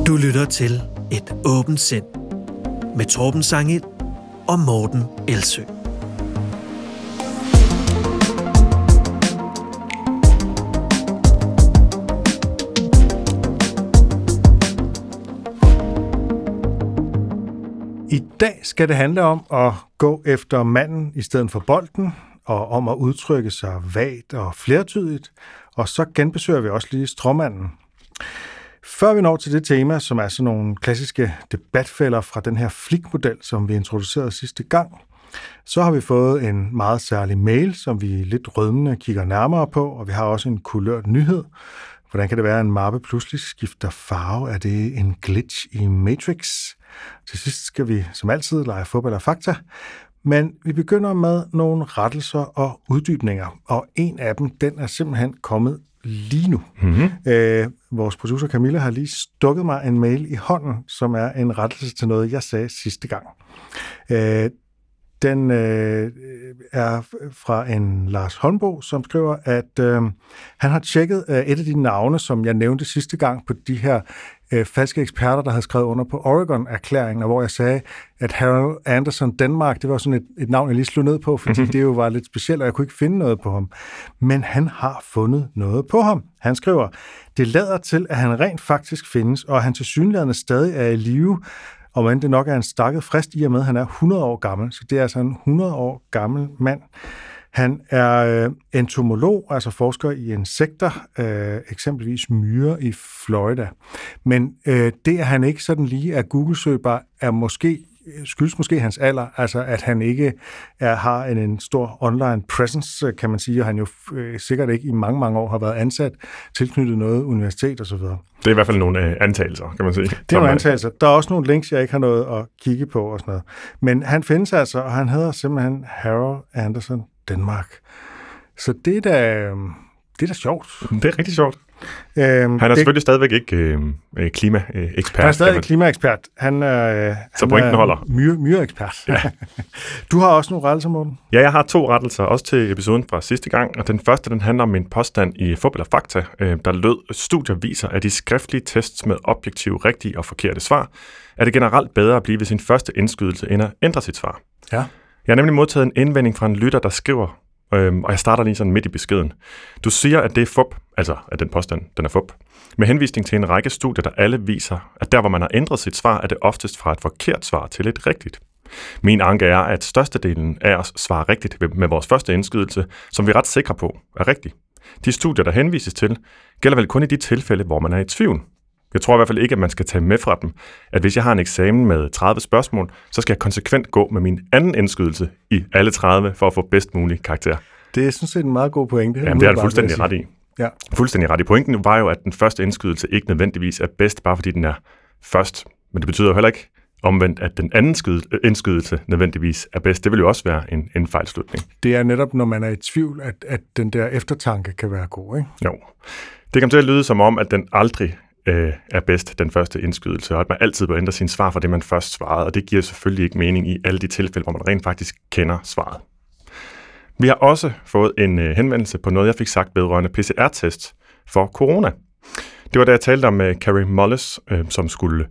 Du lytter til Et åbent sind med Torben Sangel og Morten Elsø. I dag skal det handle om at gå efter manden i stedet for bolden, og om at udtrykke sig vagt og flertydigt, og så genbesøger vi også lige stråmanden. Før vi når til det tema, som er sådan nogle klassiske debatfælder fra den her flikmodel, som vi introducerede sidste gang, så har vi fået en meget særlig mail, som vi lidt rødmende kigger nærmere på, og vi har også en kulørt nyhed. Hvordan kan det være, at en mappe pludselig skifter farve? Er det en glitch i Matrix? Til sidst skal vi som altid lege fodbold og fakta, men vi begynder med nogle rettelser og uddybninger, og en af dem, den er simpelthen kommet lige nu. Mm-hmm. Vores producer Camilla har lige stukket mig en mail i hånden, som er en rettelse til noget, jeg sagde sidste gang. Den er fra en Lars Holmbo, som skriver, at han har tjekket et af de navne, som jeg nævnte sidste gang på de her falske eksperter, der havde skrevet under på Oregon-erklæringen, og hvor jeg sagde, at Harold Anderson Denmark, det var sådan et navn, jeg lige slog ned på, fordi det jo var lidt specielt, og jeg kunne ikke finde noget på ham. Men han har fundet noget på ham. Han skriver, det lader til, at han rent faktisk findes, og at han tilsyneladende stadig er i live, og men det nok er en stakket frist i og med, at han er 100 år gammel. Så det er altså en 100 år gammel mand. Han er entomolog, altså forsker i insekter, eksempelvis myrer i Florida. Men det, at han ikke sådan lige er Google-søgbar, skyldes måske hans alder, altså at han ikke har en stor online presence, kan man sige, og han jo sikkert ikke i mange, mange år har været ansat, tilknyttet noget universitet osv. Det er i hvert fald nogle antagelser, kan man sige. Det er nogle antagelser. Der er også nogle links, jeg ikke har noget at kigge på og sådan noget. Men han findes altså, og han hedder simpelthen Harold Anderson Denmark. Så det er da sjovt. Det er rigtig sjovt. Han er selvfølgelig stadigvæk ikke klimaekspert. Han er stadig klimaekspert. Så pointen holder. Myreekspert. Ja. Du har også nogle rettelser, Morten? Ja, jeg har 2 rettelser, også til episoden fra sidste gang. Og den første, den handler om en påstand i Fodbold og Fakta, der lød, studier viser, at de skriftlige tests med objektive, rigtige og forkerte svar, er det generelt bedre at blive ved sin første indskydelse, end at ændre sit svar. Ja. Jeg har nemlig modtaget en indvending fra en lytter, der skriver, og jeg starter lige sådan midt i beskeden. Du siger, at det er fup, altså at den påstand, den er fup, med henvisning til en række studier, der alle viser, at der, hvor man har ændret sit svar, er det oftest fra et forkert svar til et rigtigt. Min anke er, at størstedelen af os svarer rigtigt med vores første indskydelse, som vi er ret sikre på er rigtig. De studier, der henvises til, gælder vel kun i de tilfælde, hvor man er i tvivl. Jeg tror i hvert fald ikke, at man skal tage med fra dem, at hvis jeg har en eksamen med 30 spørgsmål, så skal jeg konsekvent gå med min anden indskydelse i alle 30 for at få bedst mulig karakter. Det er sådan set en meget god pointe. Jamen, det er det fuldstændig ret i. Ja. Fuldstændig ret i. Pointen var jo, at den første indskydelse ikke nødvendigvis er bedst, bare fordi den er først. Men det betyder jo heller ikke omvendt, at den anden indskydelse nødvendigvis er bedst. Det vil jo også være en fejlslutning. Det er netop, når man er i tvivl, at den der eftertanke kan være god, ikke? Jo. Det kan til at lyde som om, at den aldrig er bedst, den første indskydelse, og at man altid bør ændre sin svar fra det, man først svarede, og det giver selvfølgelig ikke mening i alle de tilfælde, hvor man rent faktisk kender svaret. Vi har også fået en henvendelse på noget, jeg fik sagt vedrørende PCR-test for corona. Det var da jeg talte om Kary Mullis, som skulle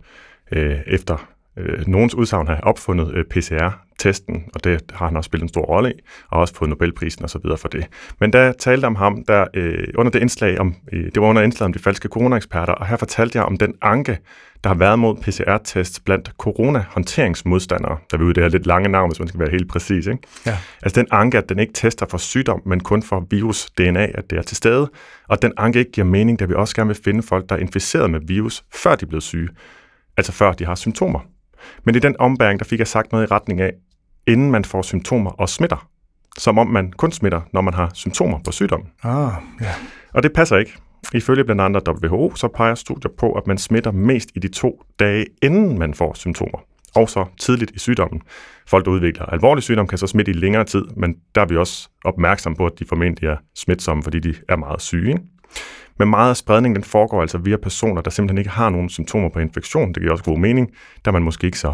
efter nogens udsagn have opfundet PCR-testen, og det har han også spillet en stor rolle i, og også fået Nobelprisen og så videre for det. Men da jeg talte om ham, under det indslag det var under indslaget om de falske coronaeksperter, og her fortalte jeg om den anke, der har været mod PCR-tests blandt corona-håndteringsmodstandere. Der vil ud det her lidt lange navn, hvis man skal være helt præcis, ikke? Ja. Altså den anke, at den ikke tester for sygdom, men kun for virus-DNA, at det er til stede, og den anke ikke giver mening, da vi også gerne vil finde folk, der er inficeret med virus, før de er blevet syge, altså før de har symptomer. Men i den ombæring, der fik jeg sagt noget i retning af, inden man får symptomer og smitter. Som om man kun smitter, når man har symptomer på sygdommen. Ja. Og det passer ikke. Ifølge blandt andet WHO, så peger studier på, at man smitter mest i de 2 dage, inden man får symptomer. Og så tidligt i sygdommen. Folk, der udvikler alvorlig sygdom, kan så smitte i længere tid, men der er vi også opmærksom på, at de formentlig er smitsomme, fordi de er meget syge, ikke? Men meget af spredningen, den foregår altså via personer, der simpelthen ikke har nogen symptomer på infektion. Det giver også god mening, da man måske ikke så...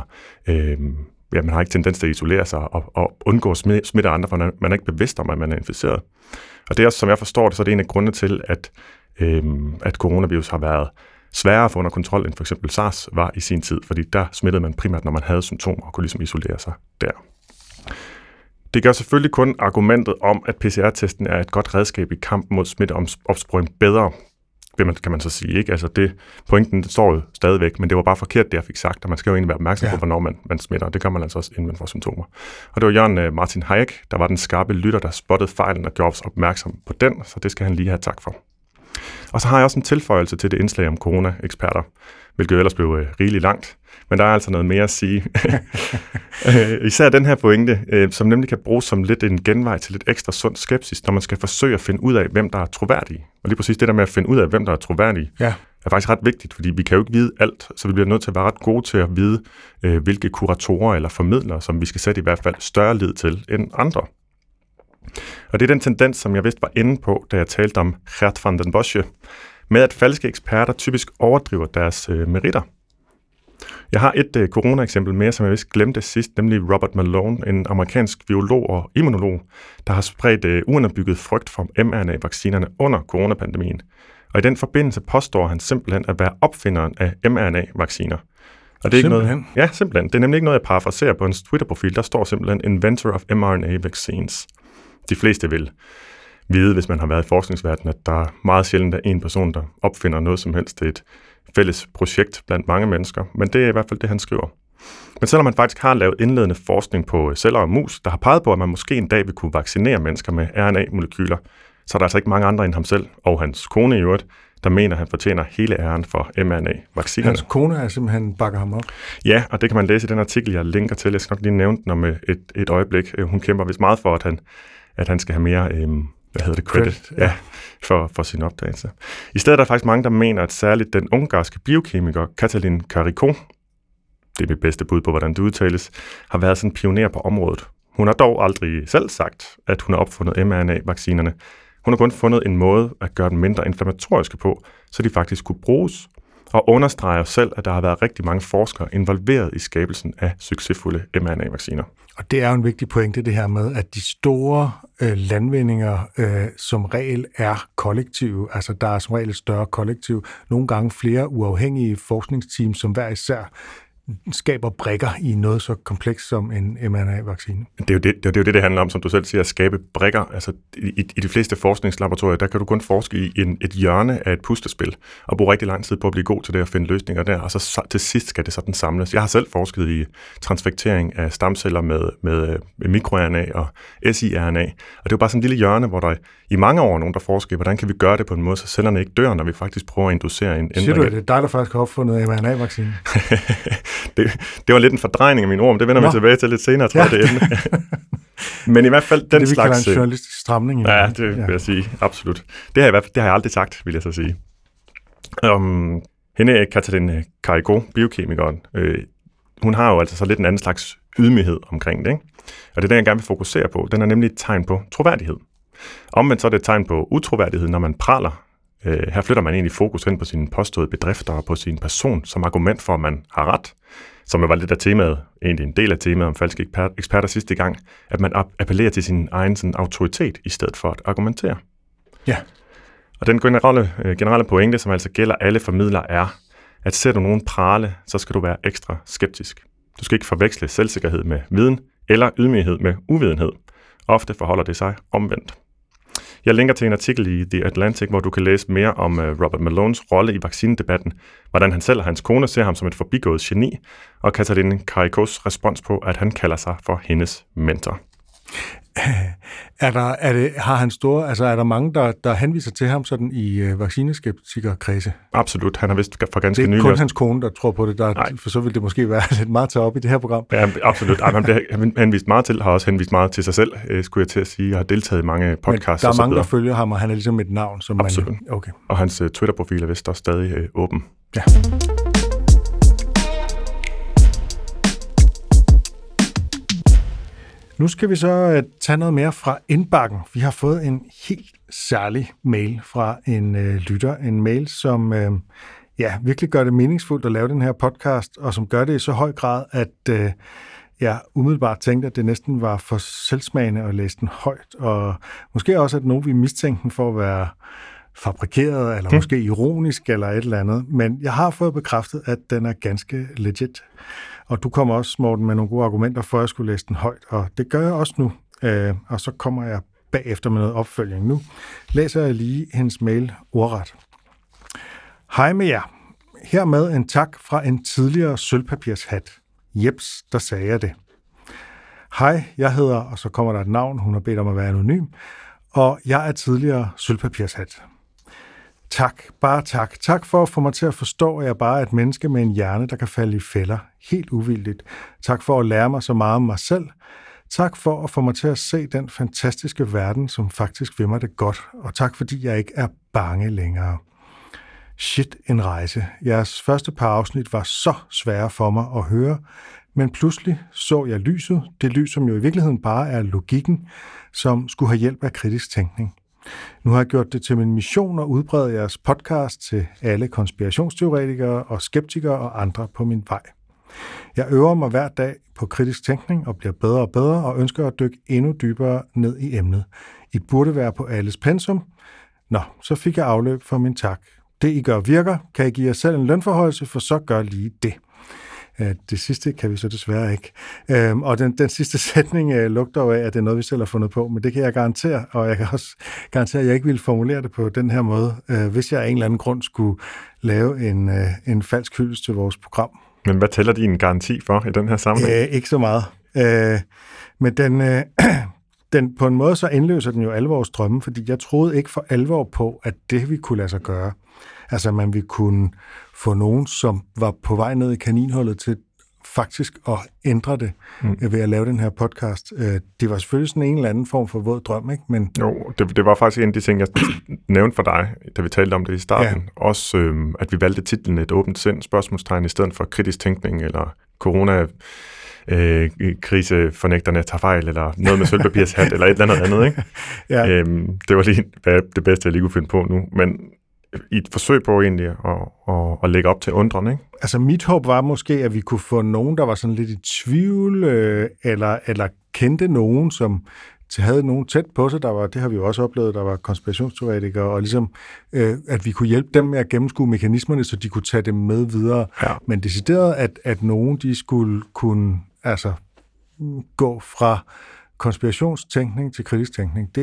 man har ikke tendens til at isolere sig og undgå at smitte andre, for man er ikke bevidst om, at man er inficeret. Og det er også, som jeg forstår det, så er det en af grundene til, at coronavirus har været sværere at få under kontrol, end for eksempel SARS var i sin tid, fordi der smittede man primært, når man havde symptomer og kunne ligesom isolere sig der. Det gør selvfølgelig kun argumentet om, at PCR-testen er et godt redskab i kampen mod smitteopsporing bedre, kan man så sige, ikke? Altså pointen står jo stadigvæk, men det var bare forkert, det jeg fik sagt, og man skal jo egentlig være opmærksom på, hvornår man smitter, og det gør man altså også, inden man får symptomer. Og det var Jørgen Martin Hayek, der var den skarpe lytter, der spottede fejlen og gjorde os opmærksom på den, så det skal han lige have tak for. Og så har jeg også en tilføjelse til det indslag om corona-eksperter, hvilket ellers blev rigeligt langt, men der er altså noget mere at sige. Især den her pointe, som nemlig kan bruges som lidt en genvej til lidt ekstra sund skepsis, når man skal forsøge at finde ud af, hvem der er troværdige. Og lige præcis det der med at finde ud af, hvem der er troværdige, er faktisk ret vigtigt, fordi vi kan jo ikke vide alt, så vi bliver nødt til at være ret gode til at vide, hvilke kuratorer eller formidlere, som vi skal sætte i hvert fald større lid til end andre. Og det er den tendens, som jeg vist var inde på, da jeg talte om Geert van den Bossche, med at falske eksperter typisk overdriver deres meritter. Jeg har et corona-eksempel mere, som jeg vist glemte sidst, nemlig Robert Malone, en amerikansk biolog og immunolog, der har spredt uunderbygget frygt for mRNA-vaccinerne under coronapandemien. Og i den forbindelse påstår han simpelthen at være opfinderen af mRNA-vacciner. Og det er simpelthen? Ikke noget, ja, simpelthen. Det er nemlig ikke noget, jeg parafraserer på en Twitter-profil. Der står simpelthen Inventor of mRNA Vaccines. De fleste vil vide, hvis man har været i forskningsverdenen, at der er meget sjældent en person, der opfinder noget som helst. Det er et fælles projekt blandt mange mennesker, men det er i hvert fald det, han skriver. Men selvom man faktisk har lavet indledende forskning på celler og mus, der har peget på, at man måske en dag vil kunne vaccinere mennesker med RNA-molekyler, så er der altså ikke mange andre end ham selv og hans kone i øvrigt, der mener, at han fortjener hele æren for mRNA-vaccinerne. Hans kone er simpelthen bakker ham op? Ja, og det kan man læse i den artikel, jeg linker til. Jeg skal nok lige nævne den om et øjeblik. Hun kæmper vist meget for, at han skal have mere credit for sin opdagelse. I stedet er der faktisk mange, der mener, at særligt den ungarske biokemiker Katalin Karikó, det er mit bedste bud på, hvordan det udtales, har været sådan en pioner på området. Hun har dog aldrig selv sagt, at hun har opfundet mRNA-vaccinerne. Hun har kun fundet en måde at gøre dem mindre inflammatoriske på, så de faktisk kunne bruges, og understreger selv, at der har været rigtig mange forskere involveret i skabelsen af succesfulde mRNA-vacciner. Og det er jo en vigtig pointe, det her med, at de store landvindinger som regel er kollektive. Altså, der er som regel et større kollektiv. Nogle gange flere uafhængige forskningsteams, som hver især skaber brikker i noget så komplekst som en mRNA-vaccine. Det er jo det handler om, som du selv siger, at skabe brikker. Altså, i de fleste forskningslaboratorier, der kan du kun forske i et hjørne af et puslespil, og bruge rigtig lang tid på at blive god til det at finde løsninger der, og så til sidst skal det sådan samles. Jeg har selv forsket i transfektering af stamceller med mikroRNA og siRNA, og det er jo bare sådan en lille hjørne, hvor der i mange år er nogen, der forsker i, hvordan kan vi gøre det på en måde, så cellerne ikke dør, når vi faktisk prøver at inducere en ændring. Siger du, at det er dig, der faktisk har opfundet mRNA-vaccinen? Det var lidt en fordrejning af mine ord, men det vender vi tilbage til lidt senere, tror jeg, det emne. Men i hvert fald den slags... Det vi kalder en journalistisk stramning. Ja, det vil jeg sige, absolut. Det har jeg aldrig sagt, vil jeg så sige. Hende, Katalin Karikó, biokemikeren, hun har jo altså så lidt en anden slags ydmyghed omkring det, ikke? Og det er den, jeg gerne vil fokusere på. Den er nemlig et tegn på troværdighed. Omvendt så er det et tegn på utroværdighed, når man praler. Her flytter man egentlig fokus hen på sine påståede bedrifter og på sin person som argument for, at man har ret. Som var lidt af temaet, egentlig en del af temaet om falske eksperter sidste gang, at man appellerer til sin egen sådan, autoritet i stedet for at argumentere. Ja. Og den generelle pointe, som altså gælder alle formidlere, er, at ser du nogen prale, så skal du være ekstra skeptisk. Du skal ikke forveksle selvsikkerhed med viden eller ydmyghed med uvidenhed. Ofte forholder det sig omvendt. Jeg linker til en artikel i The Atlantic, hvor du kan læse mere om Robert Malones rolle i vaccinedebatten, hvordan han selv og hans kone ser ham som et forbigået geni, og Katalin Karikós respons på, at han kalder sig for hendes mentor. Er der mange, der henviser til ham sådan i vaccineskeptikerkredse? Absolut. Han har vist for ganske nylig... Det er kun hans kone, der tror på det. For så vil det måske være lidt meget til op i det her program. Ja, absolut. Han bliver henvist meget til, har også henvist meget til sig selv, skulle jeg til at sige. Jeg har deltaget i mange podcasts. Men der er mange, der følger ham, og han er ligesom et navn, som absolut. Man... Okay. Og hans Twitter-profil er vist også stadig åben. Ja. Nu skal vi så tage noget mere fra indbakken. Vi har fået en helt særlig mail fra en lytter. En mail, som virkelig gør det meningsfuldt at lave den her podcast, og som gør det i så høj grad, at jeg umiddelbart tænkte, at det næsten var for selvsmagende at læse den højt. Og måske også, at nogen vil mistænke den for at være fabrikeret, eller måske ironisk, eller et eller andet. Men jeg har fået bekræftet, at den er ganske legit. Og du kommer også, Morten, med nogle gode argumenter for, at jeg skulle læse den højt. Og det gør jeg også nu. Og så kommer jeg bagefter med noget opfølging. Nu læser jeg lige hendes mail ordret. Hej med jer. Hermed en tak fra en tidligere sølvpapirshat. Jeps, der sagde jeg det. Hej, jeg hedder, og så kommer der et navn, hun har bedt om at være anonym, og jeg er tidligere sølvpapirshat. Tak, bare tak. Tak for at få mig til at forstå, at jeg bare er et menneske med en hjerne, der kan falde i fælder. Helt uvildigt. Tak for at lære mig så meget om mig selv. Tak for at få mig til at se den fantastiske verden, som faktisk vil mig det godt. Og tak fordi jeg ikke er bange længere. Shit, en rejse. Jeres første par afsnit var så svære for mig at høre, men pludselig så jeg lyset. Det lys, som jo i virkeligheden bare er logikken, som skulle have hjælp af kritisk tænkning. Nu har jeg gjort det til min mission at udbrede jeres podcast til alle konspirationsteoretikere og skeptikere og andre på min vej. Jeg øver mig hver dag på kritisk tænkning og bliver bedre og bedre og ønsker at dykke endnu dybere ned i emnet. I burde være på alles pensum. Nå, så fik jeg afløb for min tak. Det I gør virker. Kan I give jer selv en lønforhøjelse, for så gør lige det. Det sidste kan vi så desværre ikke. Og den sidste sætning lugter jo af, at det er noget, vi selv har fundet på, men det kan jeg garantere, og jeg kan også garantere, at jeg ikke ville formulere det på den her måde, hvis jeg af en eller anden grund skulle lave en falsk hyldest til vores program. Men hvad tæller din garanti for i den her sammenhæng? Ikke så meget. Men den på en måde så indløser den jo alle vores drømme, fordi jeg troede ikke for alvor på, at det vi kunne lade sig gøre. Altså, man ville kunne få nogen, som var på vej ned i kaninhullet til faktisk at ændre det ved at lave den her podcast. Det var selvfølgelig sådan en eller anden form for våd drøm, ikke? Men jo, det var faktisk en af de ting, jeg nævnte for dig, da vi talte om det i starten. Ja. Også, at vi valgte titlen Et åbent sind, spørgsmålstegn, i stedet for kritisk tænkning, eller corona krisefornægterne tager fejl, eller noget med sølvpapirshat, eller et eller andet, ikke? Ja. Det var lige det bedste, jeg lige kunne finde på nu. Men i et forsøg på egentlig at lægge op til undren, ikke? Altså mit håb var måske, at vi kunne få nogen, der var sådan lidt i tvivl, eller kendte nogen, som havde nogen tæt på sig. Det har vi jo også oplevet, der var konspirationsteoretikere, og ligesom, at vi kunne hjælpe dem med at gennemskue mekanismerne, så de kunne tage dem med videre. Ja. Men decideret, at nogen, de skulle kunne gå fra konspirationstænkning til kritisk tænkning,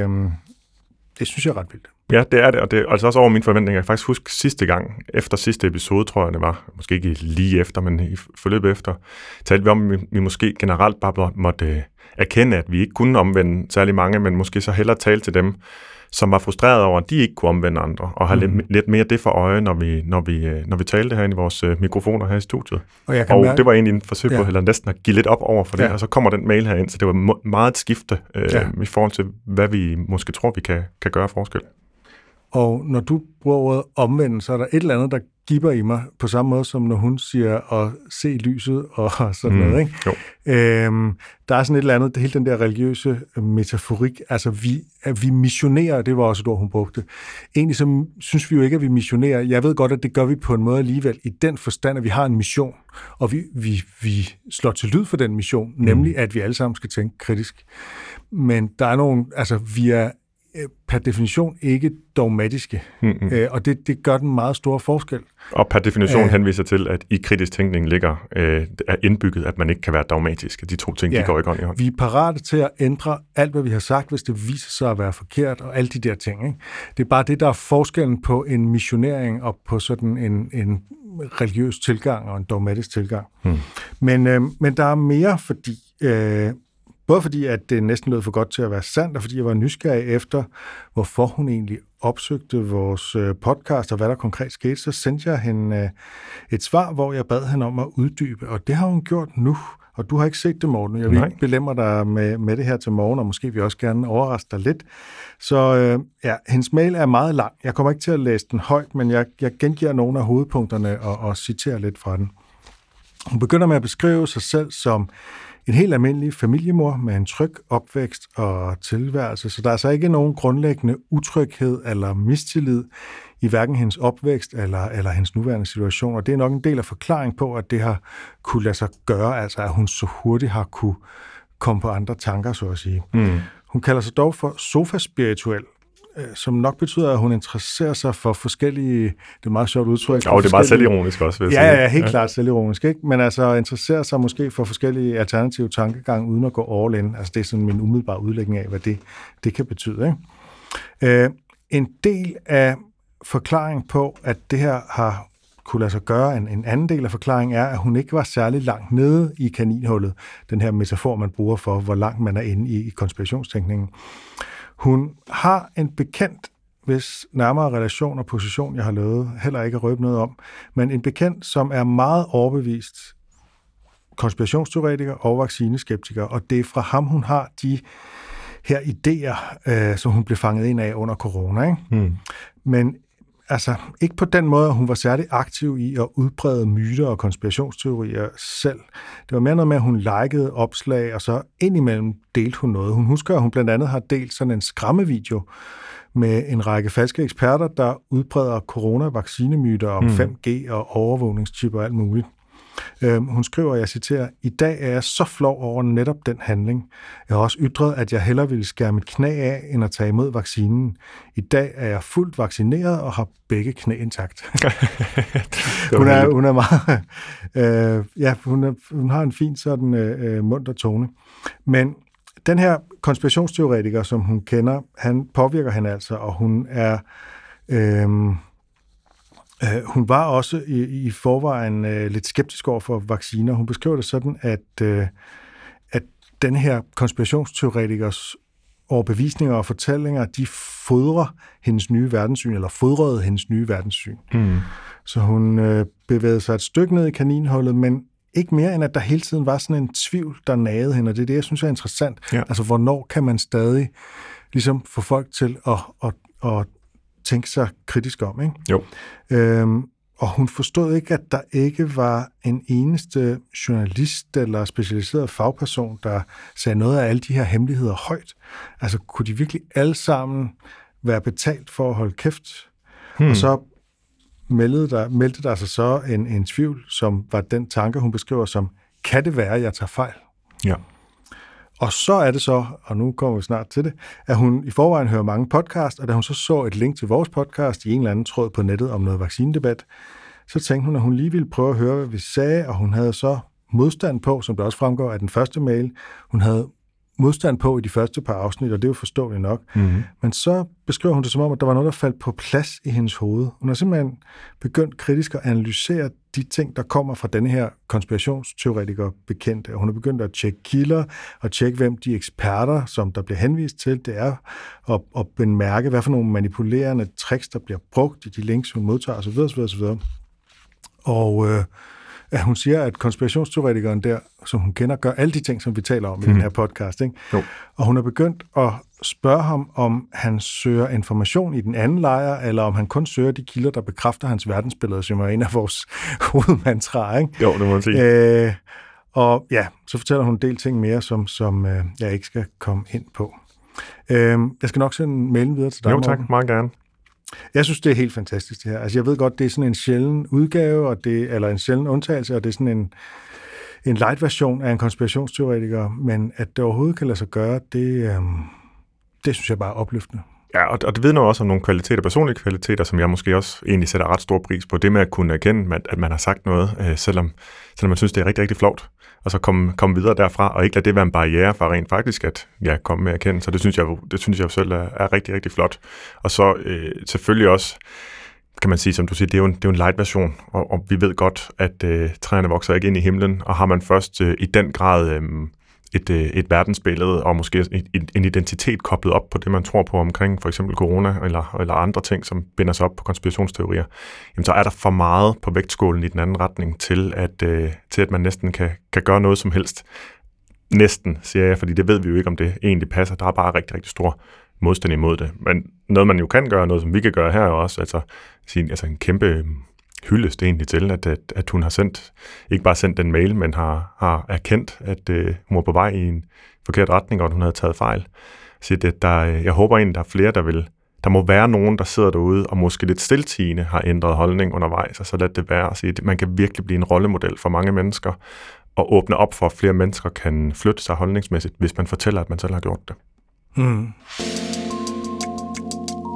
det synes jeg er ret vildt. Ja, det er det, og det er altså også over mine forventninger. Jeg kan faktisk huske sidste gang, efter sidste episode, tror jeg det var, måske ikke lige efter, men i forløbet efter, talte vi om, at vi måske generelt bare måtte erkende, at vi ikke kunne omvende særlig mange, men måske så hellere tale til dem, som var frustreret over, at de ikke kunne omvende andre, og have lidt mere det for øje, når vi talte herinde i vores mikrofoner her i studiet. Og det var egentlig en forsøg på eller næsten at give lidt op over for det, og så kommer den mail her ind, så det var meget et skifte i forhold til, hvad vi måske tror, vi kan gøre forskel. Og når du bruger ordet omvende, så er der et eller andet, der gibber i mig, på samme måde som når hun siger at se lyset og sådan noget, ikke? Der er sådan et eller andet, hele den der religiøse metaforik, altså vi missionerer, det var også et ord, hun brugte. Egentlig så synes vi jo ikke, at vi missionerer. Jeg ved godt, at det gør vi på en måde alligevel, i den forstand, at vi har en mission, og vi slår til lyd for den mission, nemlig at vi alle sammen skal tænke kritisk. Men der er nogle, altså vi er per definition ikke dogmatiske, og det gør den meget store forskel. Og per definition henviser til, at i kritisk tænkning er indbygget, at man ikke kan være dogmatisk. De to ting, de går ikke hånd i hånd. Vi er parate til at ændre alt, hvad vi har sagt, hvis det viser sig at være forkert, og alle de der ting. Ikke? Det er bare det, der er forskellen på en missionering og på sådan en religiøs tilgang og en dogmatisk tilgang. Men der er mere, fordi både fordi, at det næsten lød for godt til at være sandt, og fordi jeg var nysgerrig efter, hvorfor hun egentlig opsøgte vores podcast, og hvad der konkret skete, så sendte jeg hende et svar, hvor jeg bad hende om at uddybe, og det har hun gjort nu, og du har ikke set det, Morten. Jeg vil ikke belemre dig med det her til morgen, og måske vil jeg også gerne overraske dig lidt. Så hendes mail er meget lang. Jeg kommer ikke til at læse den højt, men jeg gengiver nogle af hovedpunkterne og citerer lidt fra den. Hun begynder med at beskrive sig selv som en helt almindelig familiemor med en tryg opvækst og tilværelse, så der er altså ikke nogen grundlæggende utryghed eller mistillid i hverken hendes opvækst eller hendes nuværende situation, og det er nok en del af forklaring på, at det har kunne lade sig gøre, altså at hun så hurtigt har kunne komme på andre tanker, så at sige. Hun kalder sig dog for sofaspirituel, som nok betyder, at hun interesserer sig for forskellige, det er et meget sjovt udtryk. Jo, det er meget selvironisk også, vil jeg sige. Ja, helt klart selvironisk, ikke? Men altså interesserer sig måske for forskellige alternative tankegang, uden at gå all in. Altså det er sådan min umiddelbare udlægning af, hvad det kan betyde, ikke? En del af forklaringen på, at det her har kunne lade sig gøre, en anden del af forklaringen er, at hun ikke var særlig langt nede i kaninhullet, den her metafor, man bruger for, hvor langt man er inde i konspirationstænkningen. Hun har en bekendt, hvis nærmere relation og position, jeg har lavet, heller ikke røbe noget om, men en bekendt, som er meget overbevist konspirationsteoretiker og vaccineskeptiker, og det er fra ham, hun har de her idéer, som hun blev fanget ind af under corona, ikke? Men altså ikke på den måde, at hun var særlig aktiv i at udbrede myter og konspirationsteorier selv. Det var mere noget med, at hun likede opslag, og så indimellem delte hun noget. Hun husker, at hun blandt andet har delt sådan en skræmmevideo med en række falske eksperter, der udbreder coronavaccinemyter om 5G og overvågningschip og alt muligt. Hun skriver, jeg citerer, i dag er jeg så flov over netop den handling. Jeg har også ytret, at jeg hellere ville skære mit knæ af, end at tage imod vaccinen. I dag er jeg fuldt vaccineret og har begge knæ intakt. Hun er meget... hun har en fin sådan munter tone. Men den her konspirationsteoretiker, som hun kender, han påvirker hende altså, og hun er... Hun var også i forvejen lidt skeptisk over for vacciner. Hun beskriver det sådan, at den her konspirationsteoretikers overbevisninger og fortællinger, de fodrer hendes nye verdenssyn, eller fodrede hendes nye verdenssyn. Så hun bevægede sig et stykke ned i kaninhullet, men ikke mere end, at der hele tiden var sådan en tvivl, der nagede hende, og det er det, jeg synes er interessant. Ja. Altså, hvornår kan man stadig ligesom få folk til at tænke sig kritisk om, ikke? Jo. Og hun forstod ikke, at der ikke var en eneste journalist eller specialiseret fagperson, der sagde noget af alle de her hemmeligheder højt. Altså, kunne de virkelig alle sammen være betalt for at holde kæft? Og så meldte der sig så en tvivl, som var den tanke, hun beskriver som, kan det være, at jeg tager fejl? Ja. Og så er det så, og nu kommer vi snart til det, at hun i forvejen hører mange podcast, og da hun så et link til vores podcast i en eller anden tråd på nettet om noget vaccinedebat, så tænkte hun, at hun lige ville prøve at høre, hvad vi sagde, og hun havde så modstand på, som det også fremgår af den første mail, hun havde modstand på i de første par afsnit, og det er jo forståeligt nok. Men så beskriver hun det som om, at der var noget, der faldt på plads i hendes hoved. Hun har simpelthen begyndt kritisk at analysere de ting, der kommer fra denne her konspirationsteoretiker bekendte. Hun har begyndt at tjekke kilder og tjekke, hvem de eksperter, som der bliver henvist til, det er, og bemærke, hvad for nogle manipulerende tricks, der bliver brugt i de links, hun modtager, osv. osv. Og at hun siger, at konspirationsteoretikeren der, som hun kender, gør alle de ting, som vi taler om i den her podcast. Ikke? Og hun har begyndt at spørge ham, om han søger information i den anden lejr, eller om han kun søger de kilder, der bekræfter hans verdensbillede, som er en af vores hovedmantraer. Ikke? Jo, det må man sige. Og ja, så fortæller hun en del ting mere, som jeg ikke skal komme ind på. Jeg skal nok sende mailen videre til dig, Jo tak, meget gerne. Jeg synes, det er helt fantastisk, det her. Altså, jeg ved godt, det er sådan en sjælden udgave, eller en sjælden undtagelse, og det er sådan en light-version af en konspirationsteoretiker, men at det overhovedet kan lade sig gøre, det synes jeg bare er opløftende. Ja, og det vidner også om nogle kvaliteter, personlige kvaliteter, som jeg måske også egentlig sætter ret stor pris på. Det med at kunne erkende, at man har sagt noget, selvom man synes, det er rigtig, rigtig flovt, og så komme videre derfra, og ikke lade det være en barriere for rent faktisk at komme med at erkende. Så det synes jeg selv er rigtig, rigtig flot. Og så selvfølgelig også, kan man sige, som du siger, det er jo en light-version, og vi ved godt, at træerne vokser ikke ind i himlen, og har man først i den grad et verdensbillede, og måske en identitet koblet op på det, man tror på omkring for eksempel corona, eller andre ting, som binder sig op på konspirationsteorier, jamen så er der for meget på vægtskålen i den anden retning, til at man næsten kan gøre noget som helst. Næsten, siger jeg, fordi det ved vi jo ikke, om det egentlig passer. Der er bare rigtig, rigtig stor modstand imod det. Men noget, man jo kan gøre, noget som vi kan gøre her også, altså en kæmpe hyldest egentlig til, at hun har ikke bare sendt en mail, men har erkendt, at hun var på vej i en forkert retning, og at hun havde taget fejl. Så jeg håber egentlig, der er flere, der må være nogen, der sidder derude, og måske lidt stiltigende har ændret holdning undervejs, og så lad det være at sige, at man kan virkelig blive en rollemodel for mange mennesker, og åbne op for, at flere mennesker kan flytte sig holdningsmæssigt, hvis man fortæller, at man selv har gjort det.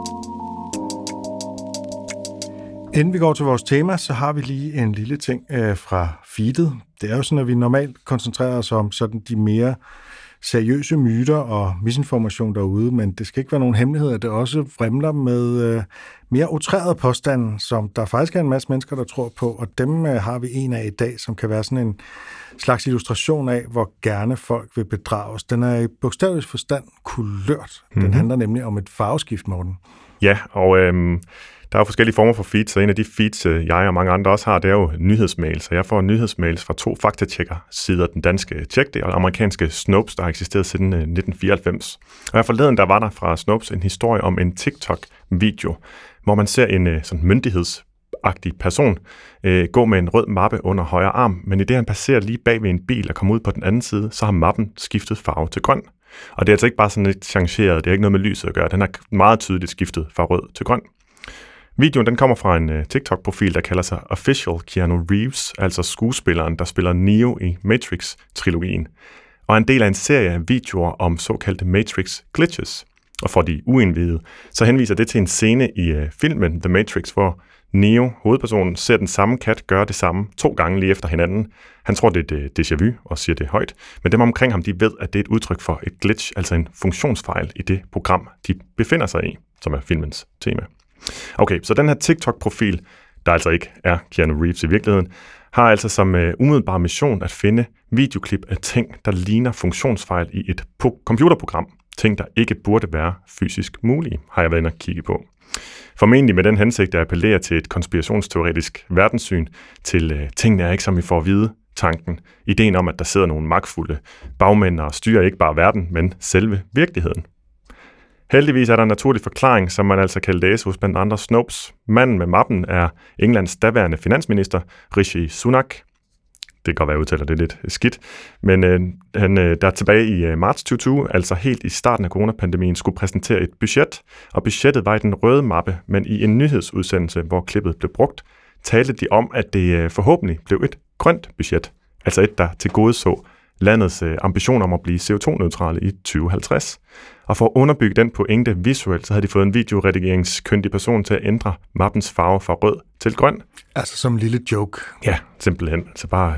Inden vi går til vores tema, så har vi lige en lille ting fra feedet. Det er jo sådan, at vi normalt koncentrerer os om sådan de mere seriøse myter og misinformation derude, men det skal ikke være nogen hemmelighed, at det også vrimler med mere utrærede påstande, som der faktisk er en masse mennesker, der tror på, og dem har vi en af i dag, som kan være sådan en slags illustration af, hvor gerne folk vil bedrages. Den er i bogstavelig forstand kulørt. Den handler nemlig om et farveskift, Morten. Ja, og der er jo forskellige former for feeds, og en af de feeds, jeg og mange andre også har, det er jo nyhedsmails. Så jeg får nyhedsmails fra 2 faktatjekker-sider, den danske Check.dk og amerikanske Snopes, der har eksisteret siden 1994. Og jeg forleden, der var der fra Snopes en historie om en TikTok-video, hvor man ser en sådan myndighedsagtig person gå med en rød mappe under højre arm, men i det han passerer lige bag ved en bil og kommer ud på den anden side, så har mappen skiftet farve til grøn. Og det er altså ikke bare sådan lidt changeret, det er ikke noget med lyset at gøre, den har meget tydeligt skiftet fra rød til grøn. Videoen den kommer fra en TikTok-profil, der kalder sig Official Keanu Reeves, altså skuespilleren, der spiller Neo i Matrix-trilogien, og er en del af en serie af videoer om såkaldte Matrix-glitches. Og for de uindvidede, så henviser det til en scene i filmen The Matrix, hvor Neo, hovedpersonen, ser den samme kat gøre det samme 2 gange lige efter hinanden. Han tror, det er et déjà vu og siger det højt, men dem omkring ham, de ved, at det er et udtryk for et glitch, altså en funktionsfejl i det program, de befinder sig i, som er filmens tema. Okay, så den her TikTok-profil, der altså ikke er Keanu Reeves i virkeligheden, har altså som umiddelbar mission at finde videoklip af ting, der ligner funktionsfejl i et computerprogram. Ting, der ikke burde være fysisk mulige, har jeg været inde at kigge på. Formentlig med den hensigt at appellere til et konspirationsteoretisk verdenssyn, til tingene er ikke som vi får at vide tanken. Ideen om, at der sidder nogle magtfulde bagmænd og styrer ikke bare verden, men selve virkeligheden. Heldigvis er der en naturlig forklaring, som man altså kan læse hos blandt andre Snopes. Manden med mappen er Englands daværende finansminister, Rishi Sunak. Det kan godt være, jeg udtaler det lidt skidt. Men han der tilbage i marts 2020, altså helt i starten af coronapandemien, skulle præsentere et budget. Og budgettet var i den røde mappe, men i en nyhedsudsendelse, hvor klippet blev brugt, talte de om, at det forhåbentlig blev et grønt budget. Altså et, der tilgodeså landets ambition om at blive CO2-neutrale i 2050. Og for at underbygge den pointe visuelt, så havde de fået en videoredigeringskyndig person til at ændre mappens farve fra rød til grøn. Altså som en lille joke. Ja, simpelthen. Altså bare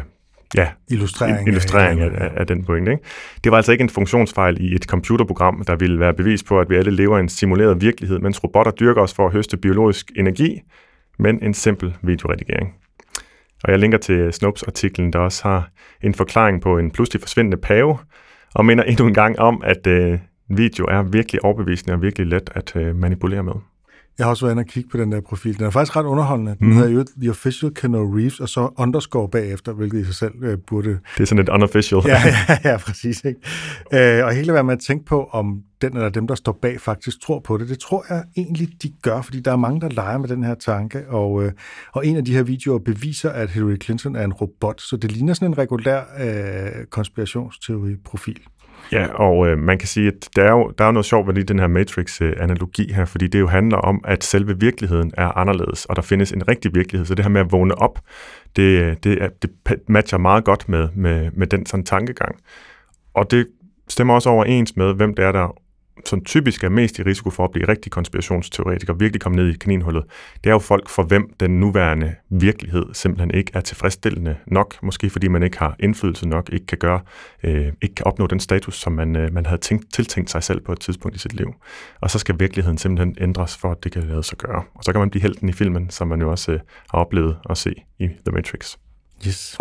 illustrering af den pointe. Ikke? Det var altså ikke en funktionsfejl i et computerprogram, der ville være bevis på, at vi alle lever i en simuleret virkelighed, mens robotter dyrker os for at høste biologisk energi, men en simpel videoredigering. Og jeg linker til Snopes-artiklen, der også har en forklaring på en pludselig forsvindende pave, og minder endnu en gang om, at video er virkelig overbevisende og virkelig let at manipulere med. Jeg har også været inde og kigge på den der profil. Den er faktisk ret underholdende. Den hedder jo The Official Keanu Reeves, og så underscore bagefter, hvilket i sig selv burde... Det er sådan et unofficial. Ja, præcis. Ikke? Og hele hvad man tænker på, om den eller dem, der står bag, faktisk tror på det. Det tror jeg egentlig, de gør, fordi der er mange, der leger med den her tanke, og en af de her videoer beviser, at Hillary Clinton er en robot, så det ligner sådan en regulær konspirationsteori-profil. Ja, og man kan sige, at der er jo noget sjovt ved lige den her Matrix-analogi her, fordi det jo handler om, at selve virkeligheden er anderledes, og der findes en rigtig virkelighed, så det her med at vågne op, det matcher meget godt med den sådan tankegang. Og det stemmer også overens med, hvem det er, der som typisk er mest i risiko for at blive rigtig konspirationsteoretiker, virkelig komme ned i kaninhullet. Det er jo folk, for hvem den nuværende virkelighed simpelthen ikke er tilfredsstillende nok, måske fordi man ikke har indflydelse nok, ikke kan opnå den status, som man havde tiltænkt sig selv på et tidspunkt i sit liv. Og så skal virkeligheden simpelthen ændres, for at det kan lade sig gøre. Og så kan man blive helten i filmen, som man jo også har oplevet at se i The Matrix. Yes.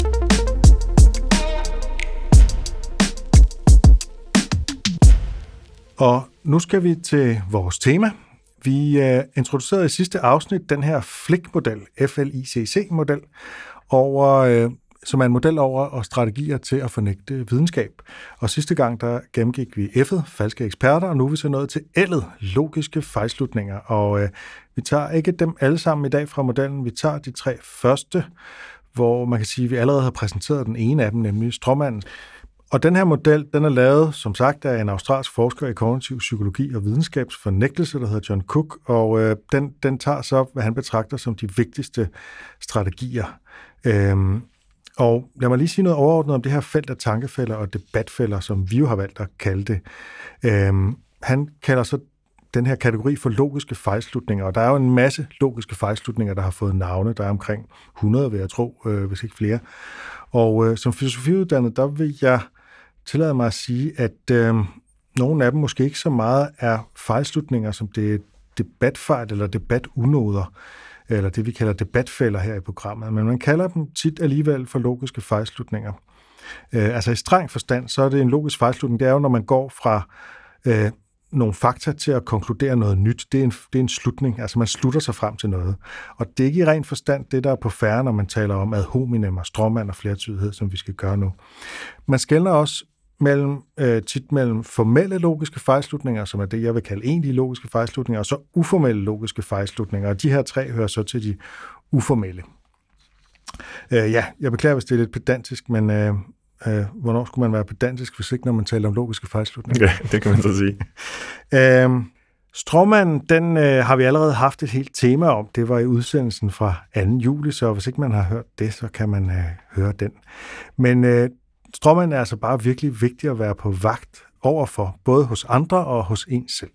Og nu skal vi til vores tema. Vi introducerede i sidste afsnit den her FLICC-model, FLICC-model, som er en model over strategier til at fornægte videnskab. Og sidste gang, der gennemgik vi F'et, falske eksperter, og nu er vi så nået til L'et, logiske fejlslutninger. Og vi tager ikke dem alle sammen i dag fra modellen, vi tager de 3 første, hvor man kan sige, at vi allerede har præsenteret den ene af dem, nemlig stråmanden. Og den her model, den er lavet, som sagt, af en australsk forsker i kognitiv psykologi og videnskabsfornægtelse, der hedder John Cook, og den tager så, hvad han betragter som de vigtigste strategier. Og lad mig lige sige noget overordnet om det her felt af tankefælder og debatfælder, som vi jo har valgt at kalde det. Han kalder så den her kategori for logiske fejlslutninger, og der er jo en masse logiske fejlslutninger, der har fået navne. Der er omkring 100, vil jeg tro, hvis ikke flere. Og som filosofiuddannet, der vil jeg tillade mig at sige, at nogle af dem måske ikke så meget er fejlslutninger, som det er debatfejl eller debatunåder, eller det vi kalder debatfælder her i programmet, men man kalder dem tit alligevel for logiske fejlslutninger. Altså i streng forstand, så er det en logisk fejlslutning. Det er jo, når man går fra nogle fakta til at konkludere noget nyt. Det er en slutning, altså man slutter sig frem til noget. Og det er ikke i ren forstand det, der er på færre, når man taler om ad hominem og stråmand og flertydighed, som vi skal gøre nu. Man skelner også tit mellem formelle logiske fejlslutninger, som er det, jeg vil kalde egentlige logiske fejlslutninger, og så uformelle logiske fejlslutninger. Og de her tre hører så til de uformelle. Jeg beklager, hvis det er lidt pedantisk, men hvornår skulle man være pedantisk, hvis ikke når man taler om logiske fejlslutninger? Ja, det kan man så sige. Stråmanden, den har vi allerede haft et helt tema om. Det var i udsendelsen fra 2. juli, så hvis ikke man har hørt det, så kan man høre den. Men stråmanden er altså bare virkelig vigtig at være på vagt overfor, både hos andre og hos en selv.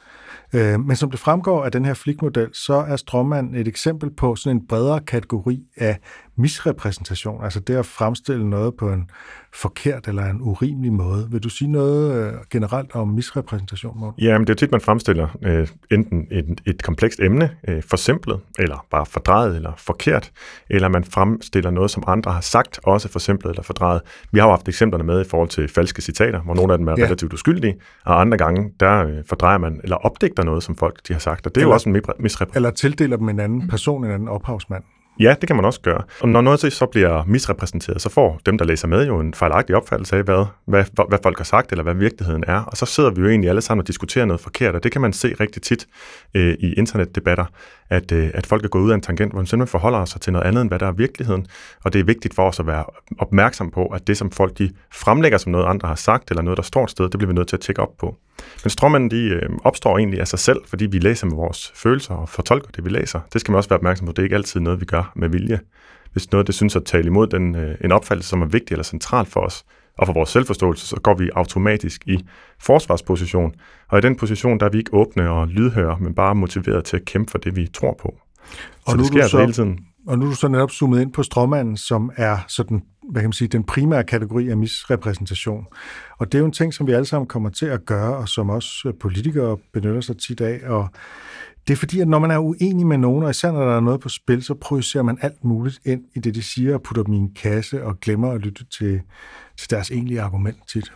Men som det fremgår af den her flikmodel, så er stråmanden et eksempel på sådan en bredere kategori af misrepræsentation, altså det at fremstille noget på en forkert eller en urimelig måde. Vil du sige noget generelt om misrepræsentation, Morten? Ja, men det er tit, man fremstiller enten et komplekst emne, forsimplet, eller bare fordrejet, eller forkert, eller man fremstiller noget, som andre har sagt, også forsimplet eller fordrejet. Vi har jo haft eksemplerne med i forhold til falske citater, hvor nogle af dem er relativt uskyldige, og andre gange, der fordrejer man, eller opdigter noget, som folk de har sagt, og det er jo også en misrepræsentation. Eller tildeler dem en anden person, en anden ophavsmand. Ja, det kan man også gøre. Og når noget så bliver misrepræsenteret, så får dem, der læser med, jo en fejlagtig opfattelse af, hvad folk har sagt, eller hvad virkeligheden er. Og så sidder vi jo egentlig alle sammen og diskuterer noget forkert, og det kan man se rigtig tit i internetdebatter, at folk er gået ud af en tangent, hvor man simpelthen forholder sig til noget andet, end hvad der er virkeligheden. Og det er vigtigt for os at være opmærksom på, at det, som folk de fremlægger som noget, andre har sagt, eller noget, der står et sted, det bliver vi nødt til at tjekke op på. Men stråmænd, de opstår egentlig af sig selv, fordi vi læser med vores følelser og fortolker det, vi læser. Det skal man også være opmærksom på. Det er ikke altid noget, vi gør med vilje. Hvis noget, det synes at tale imod en opfattelse, som er vigtig eller central for os, og for vores selvforståelse, så går vi automatisk i forsvarsposition. Og i den position, der er vi ikke åbne og lydhøre, men bare motiveret til at kæmpe for det, vi tror på. Så det sker altså hele tiden. Og nu er du så netop zoomet ind på stråmanden, som er sådan, hvad kan man sige, den primære kategori af misrepræsentation. Og det er jo en ting, som vi alle sammen kommer til at gøre, og som også politikere benytter sig tit af. Og det er fordi, at når man er uenig med nogen, og især når der er noget på spil, så projicerer man alt muligt ind i det, de siger, og putter dem i en kasse og glemmer at lytte til deres egentlige argument tit.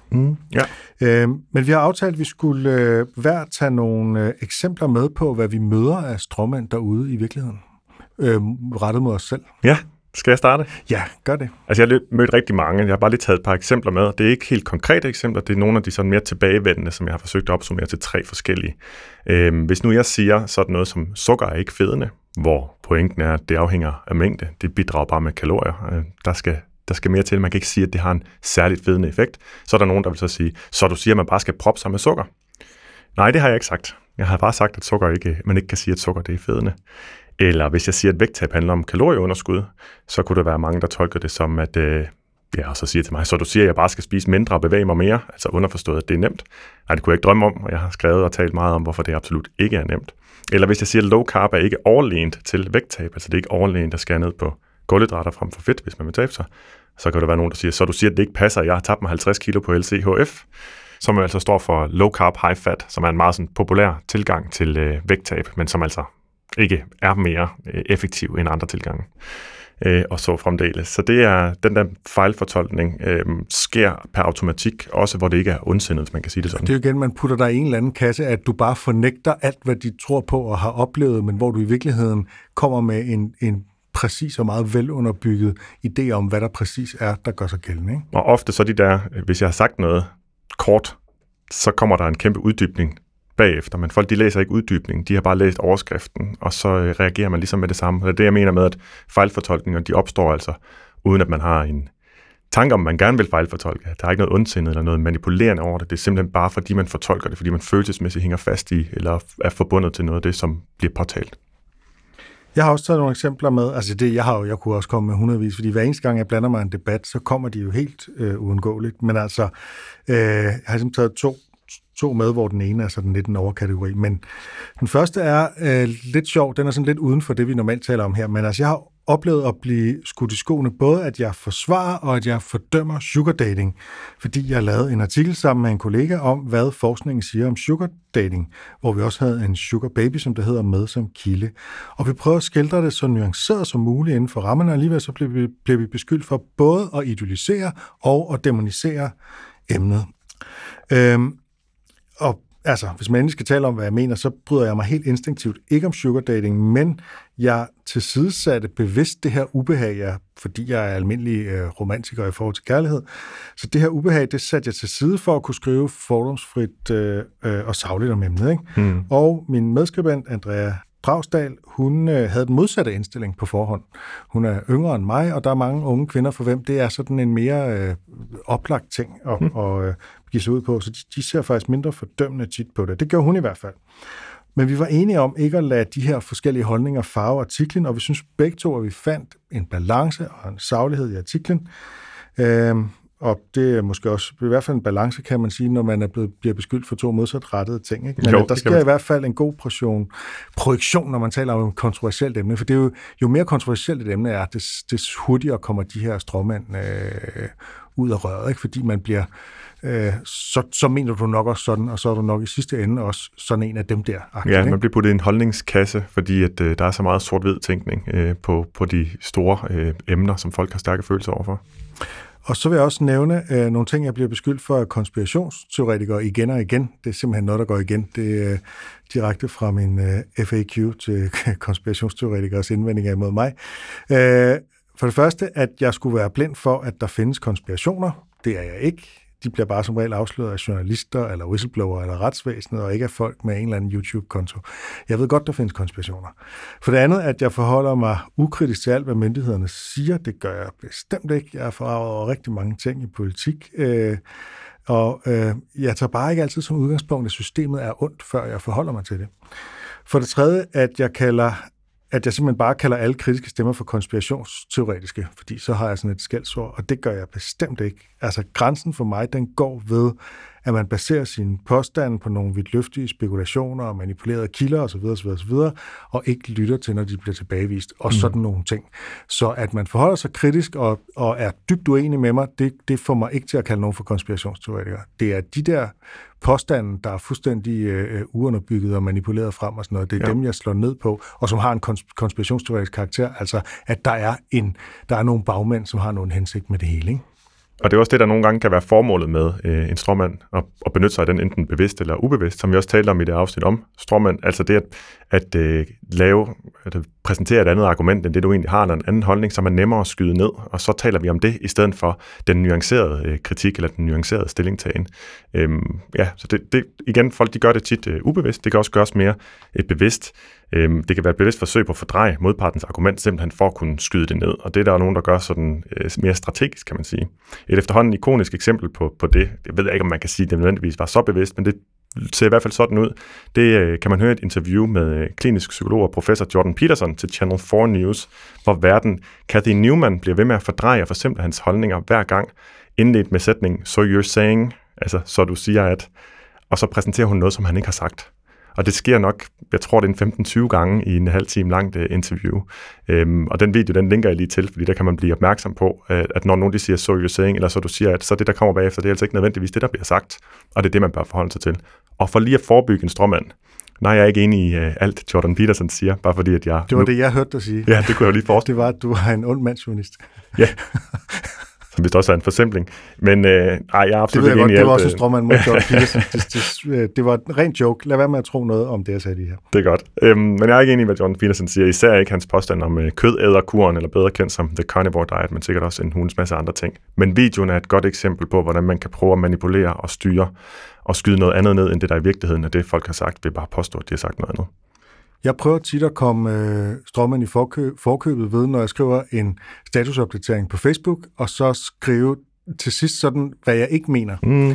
Ja. Men vi har aftalt, at vi skulle hver tage nogle eksempler med på, hvad vi møder af stråmænd derude i virkeligheden. Rettet mod os selv. Ja, skal jeg starte? Ja, gør det. Altså, jeg har mødt rigtig mange. Jeg har bare lige taget et par eksempler med. Det er ikke helt konkrete eksempler. Det er nogle af de sådan mere tilbagevendende, som jeg har forsøgt at opsummere til 3 forskellige. Hvis nu jeg siger sådan noget som, sukker er ikke fedende, hvor pointen er, at det afhænger af mængde. Det bidrager bare med kalorier. Der skal mere til. Man kan ikke sige, at det har en særligt fedende effekt. Så er der nogen, der vil så sige, så du siger, at man bare skal proppe sig med sukker. Nej, det har jeg ikke sagt. Jeg har bare sagt, at man ikke kan sige, at sukker det er fedende. Eller hvis jeg siger, at vægttab handler om kalorieunderskud, så kunne der være mange, der tolker det som, at og så siger til mig, så du siger, at jeg bare skal spise mindre og bevæge mig mere, altså underforstået, at det er nemt. Nej, det kunne jeg ikke drømme om, og jeg har skrevet og talt meget om, hvorfor det absolut ikke er nemt. Eller hvis jeg siger, at low carb er ikke overlegent til vægttab, altså det er ikke overlegent at skære ned på kulhydrater frem for fedt, hvis man vil tabe sig, så kan der være nogen, der siger, så du siger, at det ikke passer, jeg har tabt mig 50 kilo på LCHF, som altså står for low carb high fat, som er en meget sådan populær tilgang til vægttab, men som altså ikke er mere effektiv end andre tilgange, og så fremdeles. Så det er den der fejlfortolkning sker per automatik, også hvor det ikke er ondsindet, hvis man kan sige det sådan. Det er jo igen, man putter dig i en eller anden kasse, at du bare fornægter alt, hvad de tror på og har oplevet, men hvor du i virkeligheden kommer med en præcis og meget velunderbygget idé om, hvad der præcis er, der gør sig gældende. Ikke? Og ofte så de der, hvis jeg har sagt noget kort, så kommer der en kæmpe uddybning bagefter, men folk de læser ikke uddybningen, de har bare læst overskriften, og så reagerer man ligesom med det samme. Det er det, jeg mener med, at fejlfortolkninger, de opstår altså, uden at man har en tanke om, man gerne vil fejlfortolke. Der er ikke noget ondsindet eller noget manipulerende over det. Det er simpelthen bare, fordi man fortolker det, fordi man følelsesmæssigt hænger fast i, eller er forbundet til noget af det, som bliver påtalt. Jeg har også taget nogle eksempler med, altså jeg kunne også komme med hundredvis, fordi hver eneste gang, jeg blander mig i en debat, så kommer de jo helt uundgåeligt. Men altså, jeg har simpelthen taget to med, hvor den ene er sådan lidt en overkategori. Men den første er lidt sjov. Den er sådan lidt uden for det, vi normalt taler om her. Men altså, jeg har oplevet at blive skudt i skoene, både at jeg forsvarer og at jeg fordømmer sugar dating, fordi jeg lavede en artikel sammen med en kollega om, hvad forskningen siger om sugar dating, hvor vi også havde en sugar baby, som det hedder, med som kilde. Og vi prøver at skildre det så nuanceret som muligt inden for rammerne, og alligevel så blev vi beskyldt for både at idolisere og at dæmonisere emnet. Og altså, hvis man endelig skal tale om, hvad jeg mener, så bryder jeg mig helt instinktivt ikke om sugar dating, men jeg tilsidesatte bevidst det her ubehag, fordi jeg er almindelig romantiker i forhold til kærlighed. Så det her ubehag, det satte jeg til side for at kunne skrive fordomsfrit og sagligt om emnet. Ikke? Og min medskribent, Andrea Dragsdal, hun havde den modsatte indstilling på forhånd. Hun er yngre end mig, og der er mange unge kvinder, for hvem det er sådan en mere oplagt ting at give sig ud på, så de ser faktisk mindre fordømmende tit på det. Det gjorde hun i hvert fald. Men vi var enige om ikke at lade de her forskellige holdninger farve artiklen, og vi synes begge to, at vi fandt en balance og en saglighed i artiklen. Og det er måske også i hvert fald en balance, kan man sige, når man bliver beskyldt for to modsatrettede ting. Ikke? Men der sker i hvert fald en god projektion, når man taler om et kontroversielt emne, for det er jo mere kontroversielt et emne er, des hurtigere kommer de her stråmænd ud af røret, ikke? Fordi man bliver, så mener du nok også sådan, og så er du nok i sidste ende også sådan en af dem der. Ja, man bliver puttet i en holdningskasse, fordi at, der er så meget sort-hvid tænkning på de store emner, som folk har stærke følelser overfor. Og så vil jeg også nævne nogle ting, jeg bliver beskyldt for konspirationsteoretikere igen og igen. Det er simpelthen noget, der går igen. Det er direkte fra min FAQ til konspirationsteoretikers indvendinger imod mig. For det første, at jeg skulle være blind for, at der findes konspirationer. Det er jeg ikke. De bliver bare som regel afsløret af journalister, eller whistleblower, eller retsvæsenet, og ikke af folk med en eller anden YouTube-konto. Jeg ved godt, der findes konspirationer. For det andet, at jeg forholder mig ukritisk til alt, hvad myndighederne siger. Det gør jeg bestemt ikke. Jeg er forarvet over rigtig mange ting i politik. Jeg tager bare ikke altid som udgangspunkt, at systemet er ondt, før jeg forholder mig til det. For det tredje, at jeg simpelthen bare kalder alle kritiske stemmer for konspirationsteoretiske, fordi så har jeg sådan et skældsord, og det gør jeg bestemt ikke. Altså grænsen for mig, den går ved, at man baserer sine påstande på nogle vidtløftige spekulationer og manipulerede kilder osv., og ikke lytter til, når de bliver tilbagevist, og sådan nogle ting. Så at man forholder sig kritisk og er dybt uenig med mig, det får mig ikke til at kalde nogen for konspirationsteoretikere. Det er de der påstande, der er fuldstændig uunderbygget og manipuleret frem og sådan noget. Det er dem, jeg slår ned på, og som har en konspirationsteoretisk karakter, altså at der er nogle bagmænd, som har nogen hensigt med det hele, ikke? Og det er også det, der nogle gange kan være formålet med en stråmand, at benytte sig af den enten bevidst eller ubevidst, som vi også talte om i det afsnit om stråmand. Altså det at præsentere et andet argument, end det du egentlig har, eller en anden holdning, som er nemmere at skyde ned, og så taler vi om det, i stedet for den nuancerede kritik, eller den nuancerede stillingtagen. Så det igen, folk de gør det tit ubevidst, det kan også gøres mere bevidst. Det kan være et bevidst forsøg på at fordreje modpartens argument, simpelthen for at kunne skyde det ned, og det er der jo nogen, der gør sådan mere strategisk, kan man sige. Et efterhånden ikonisk eksempel på det, jeg ved ikke, om man kan sige, at det nødvendigvis var så bevidst, men det ser i hvert fald sådan ud. Det kan man høre et interview med klinisk psykolog og professor Jordan Peterson til Channel 4 News, hvor verden Cathy Newman bliver ved med at fordreje og forsimple hans holdninger hver gang, indledt med sætningen, so you're saying, altså så du siger at, og så præsenterer hun noget, som han ikke har sagt. Og det sker nok, jeg tror det er en 15-20 gange i en halv time langt interview. Og den video, den linker jeg lige til, fordi der kan man blive opmærksom på, at når nogen de siger, so you're saying, eller så du siger, at så det, der kommer bagefter, det er altså ikke nødvendigvis det, der bliver sagt. Og det er det, man bør forholde sig til. Og for lige at forebygge en stråmand, nej, jeg er ikke enig i alt, Jordan Peterson siger, bare fordi, at jeg... Det var det, jeg hørte dig sige. Ja, det kunne jeg lige forestille. Det var, at du var en ond mandsjournalist. Ja. Som vist også er en forsimpling. Men jeg er absolut ikke enig i alt. Det var også en stråmand mod Jordan Peterson. Det var en ren joke. Lad være med at tro noget om det, jeg sagde lige her. Det er godt. Men jeg er ikke enig i, hvad Jordan Peterson siger. Især ikke hans påstand om kødæderkuren, eller bedre kendt som The Carnivore Diet, men sikkert også en hulens masse andre ting. Men videoen er et godt eksempel på, hvordan man kan prøve at manipulere og styre og skyde noget andet ned, end det der i virkeligheden er det, folk har sagt, vil bare påstå, at de har sagt noget andet. Jeg prøver tit at komme stråmand i forkøbet ved, når jeg skriver en statusopdatering på Facebook, og så skrive til sidst sådan, hvad jeg ikke mener.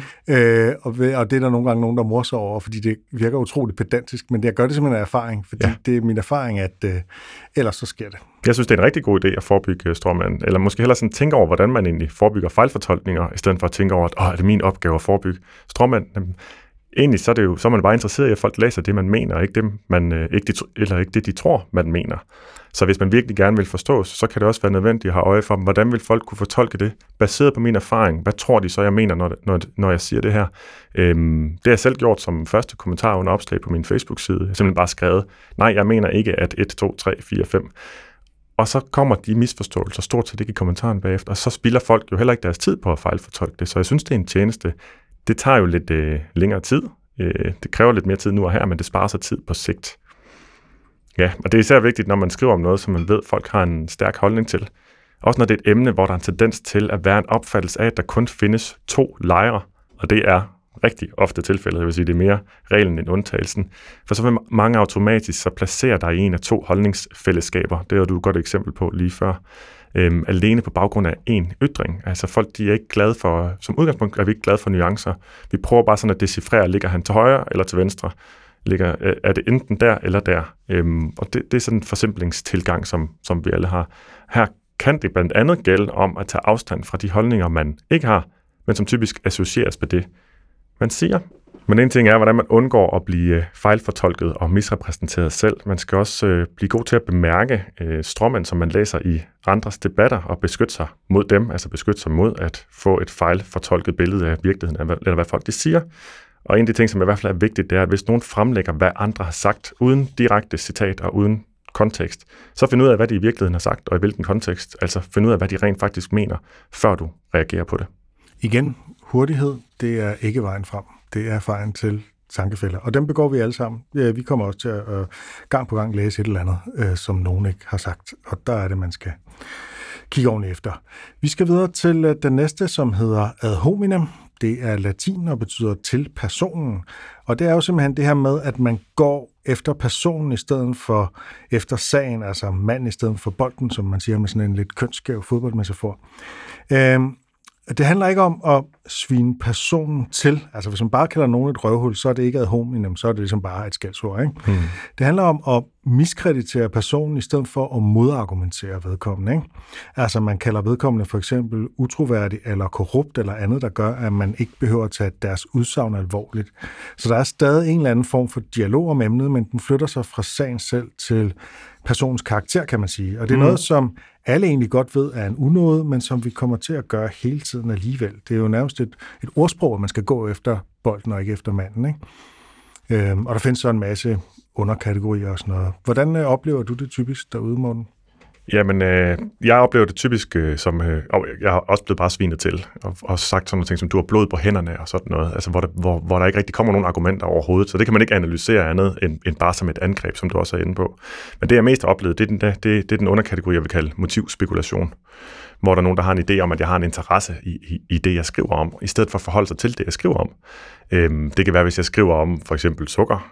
Og det er der nogle gange nogen, der morser over, fordi det virker utroligt pedantisk, men jeg gør det simpelthen af erfaring, fordi det er min erfaring, at ellers så sker det. Jeg synes, det er en rigtig god idé at forebygge stråmand, eller måske hellere sådan tænke over, hvordan man egentlig forebygger fejlfortolkninger, i stedet for at tænke over, at er det min opgave at forebygge stråmand. egentlig så er man bare interesseret i, at folk læser det, man mener, og ikke det, de tror, man mener. Så hvis man virkelig gerne vil forstå, så kan det også være nødvendigt at have øje for, hvordan vil folk kunne fortolke det, baseret på min erfaring. Hvad tror de så, jeg mener, når jeg siger det her? Det har jeg selv gjort som første kommentar under opslag på min Facebook-side. Jeg har simpelthen bare skrevet, nej, jeg mener ikke, at 1, 2, 3, 4, 5. Og så kommer de misforståelser stort set ikke i kommentaren bagefter, og så spilder folk jo heller ikke deres tid på at fejlfortolke det. Så jeg synes, det er en tjeneste. Det tager jo lidt længere tid. Det kræver lidt mere tid nu og her, men det sparer sig tid på sigt. Ja, og det er især vigtigt, når man skriver om noget, som man ved, folk har en stærk holdning til. Også når det er et emne, hvor der er en tendens til at være en opfattelse af, at der kun findes 2 lejre, og det er rigtig ofte tilfældet, jeg vil sige, det er mere reglen end undtagelsen. For så vil mange automatisk så placere dig i en af 2 holdningsfællesskaber. Det er du et godt eksempel på lige før. Alene på baggrund af en ytring. Altså folk, de er ikke glade for, som udgangspunkt er vi ikke glade for nuancer. Vi prøver bare sådan at decifrere, ligger han til højre eller til venstre? Er det enten der eller der? Og det er sådan en forsimplingstilgang, som vi alle har. Her kan det blandt andet gælde om at tage afstand fra de holdninger, man ikke har, men som typisk associeres med det, man siger. Men en ting er, hvordan man undgår at blive fejlfortolket og misrepræsenteret selv. Man skal også blive god til at bemærke stråmænd, som man læser i andres debatter, og beskytte sig mod dem, altså beskytte sig mod at få et fejlfortolket billede af virkeligheden, eller hvad folk de siger. Og en af de ting, som i hvert fald er vigtigt, det er, at hvis nogen fremlægger, hvad andre har sagt, uden direkte citat og uden kontekst, så find ud af, hvad de i virkeligheden har sagt, og i hvilken kontekst. Altså find ud af, hvad de rent faktisk mener, før du reagerer på det. Igen, hurtighed, det er ikke vejen frem. Det er vejen til tankefælder. Og dem begår vi alle sammen. Ja, vi kommer også til at gang på gang læse et eller andet, som nogen ikke har sagt. Og der er det, man skal kigge ordentligt efter. Vi skal videre til den næste, som hedder ad hominem. Det er latin og betyder til personen. Og det er jo simpelthen det her med, at man går efter personen i stedet for efter sagen, altså mand i stedet for bolden, som man siger med sådan en lidt kønsskæv fodboldmetafor. Det handler ikke om at svine personen til. Altså hvis man bare kalder nogen et røvhul, så er det ikke ad hominem, så er det ligesom bare et skældsord, ikke? Det handler om at miskreditere personen i stedet for at modargumentere vedkommende, ikke? Altså man kalder vedkommende for eksempel utroværdig eller korrupt eller andet, der gør, at man ikke behøver at tage deres udsagn alvorligt. Så der er stadig en eller anden form for dialog om emnet, men den flytter sig fra sagen selv til personens karakter, kan man sige. Og det er noget, som alle egentlig godt ved er en unåde, men som vi kommer til at gøre hele tiden alligevel. Det er jo nærmest et ordsprog, at man skal gå efter bolden og ikke efter manden, ikke? Og der findes så en masse underkategorier og sådan noget. Hvordan oplever du det typisk derude, Morten? Jamen, jeg oplever det typisk som, og jeg har også blevet bare svinet til, og sagt sådan nogle ting, som du har blod på hænderne og sådan noget, altså hvor der ikke rigtig kommer nogen argumenter overhovedet, så det kan man ikke analysere andet end bare som et angreb, som du også er inde på. Men det, jeg mest har oplevet, det er den underkategori, jeg vil kalde motivspekulation, hvor der er nogen, der har en idé om, at jeg har en interesse i det, jeg skriver om, i stedet for at forholde sig til det, jeg skriver om. Det kan være, hvis jeg skriver om for eksempel sukker,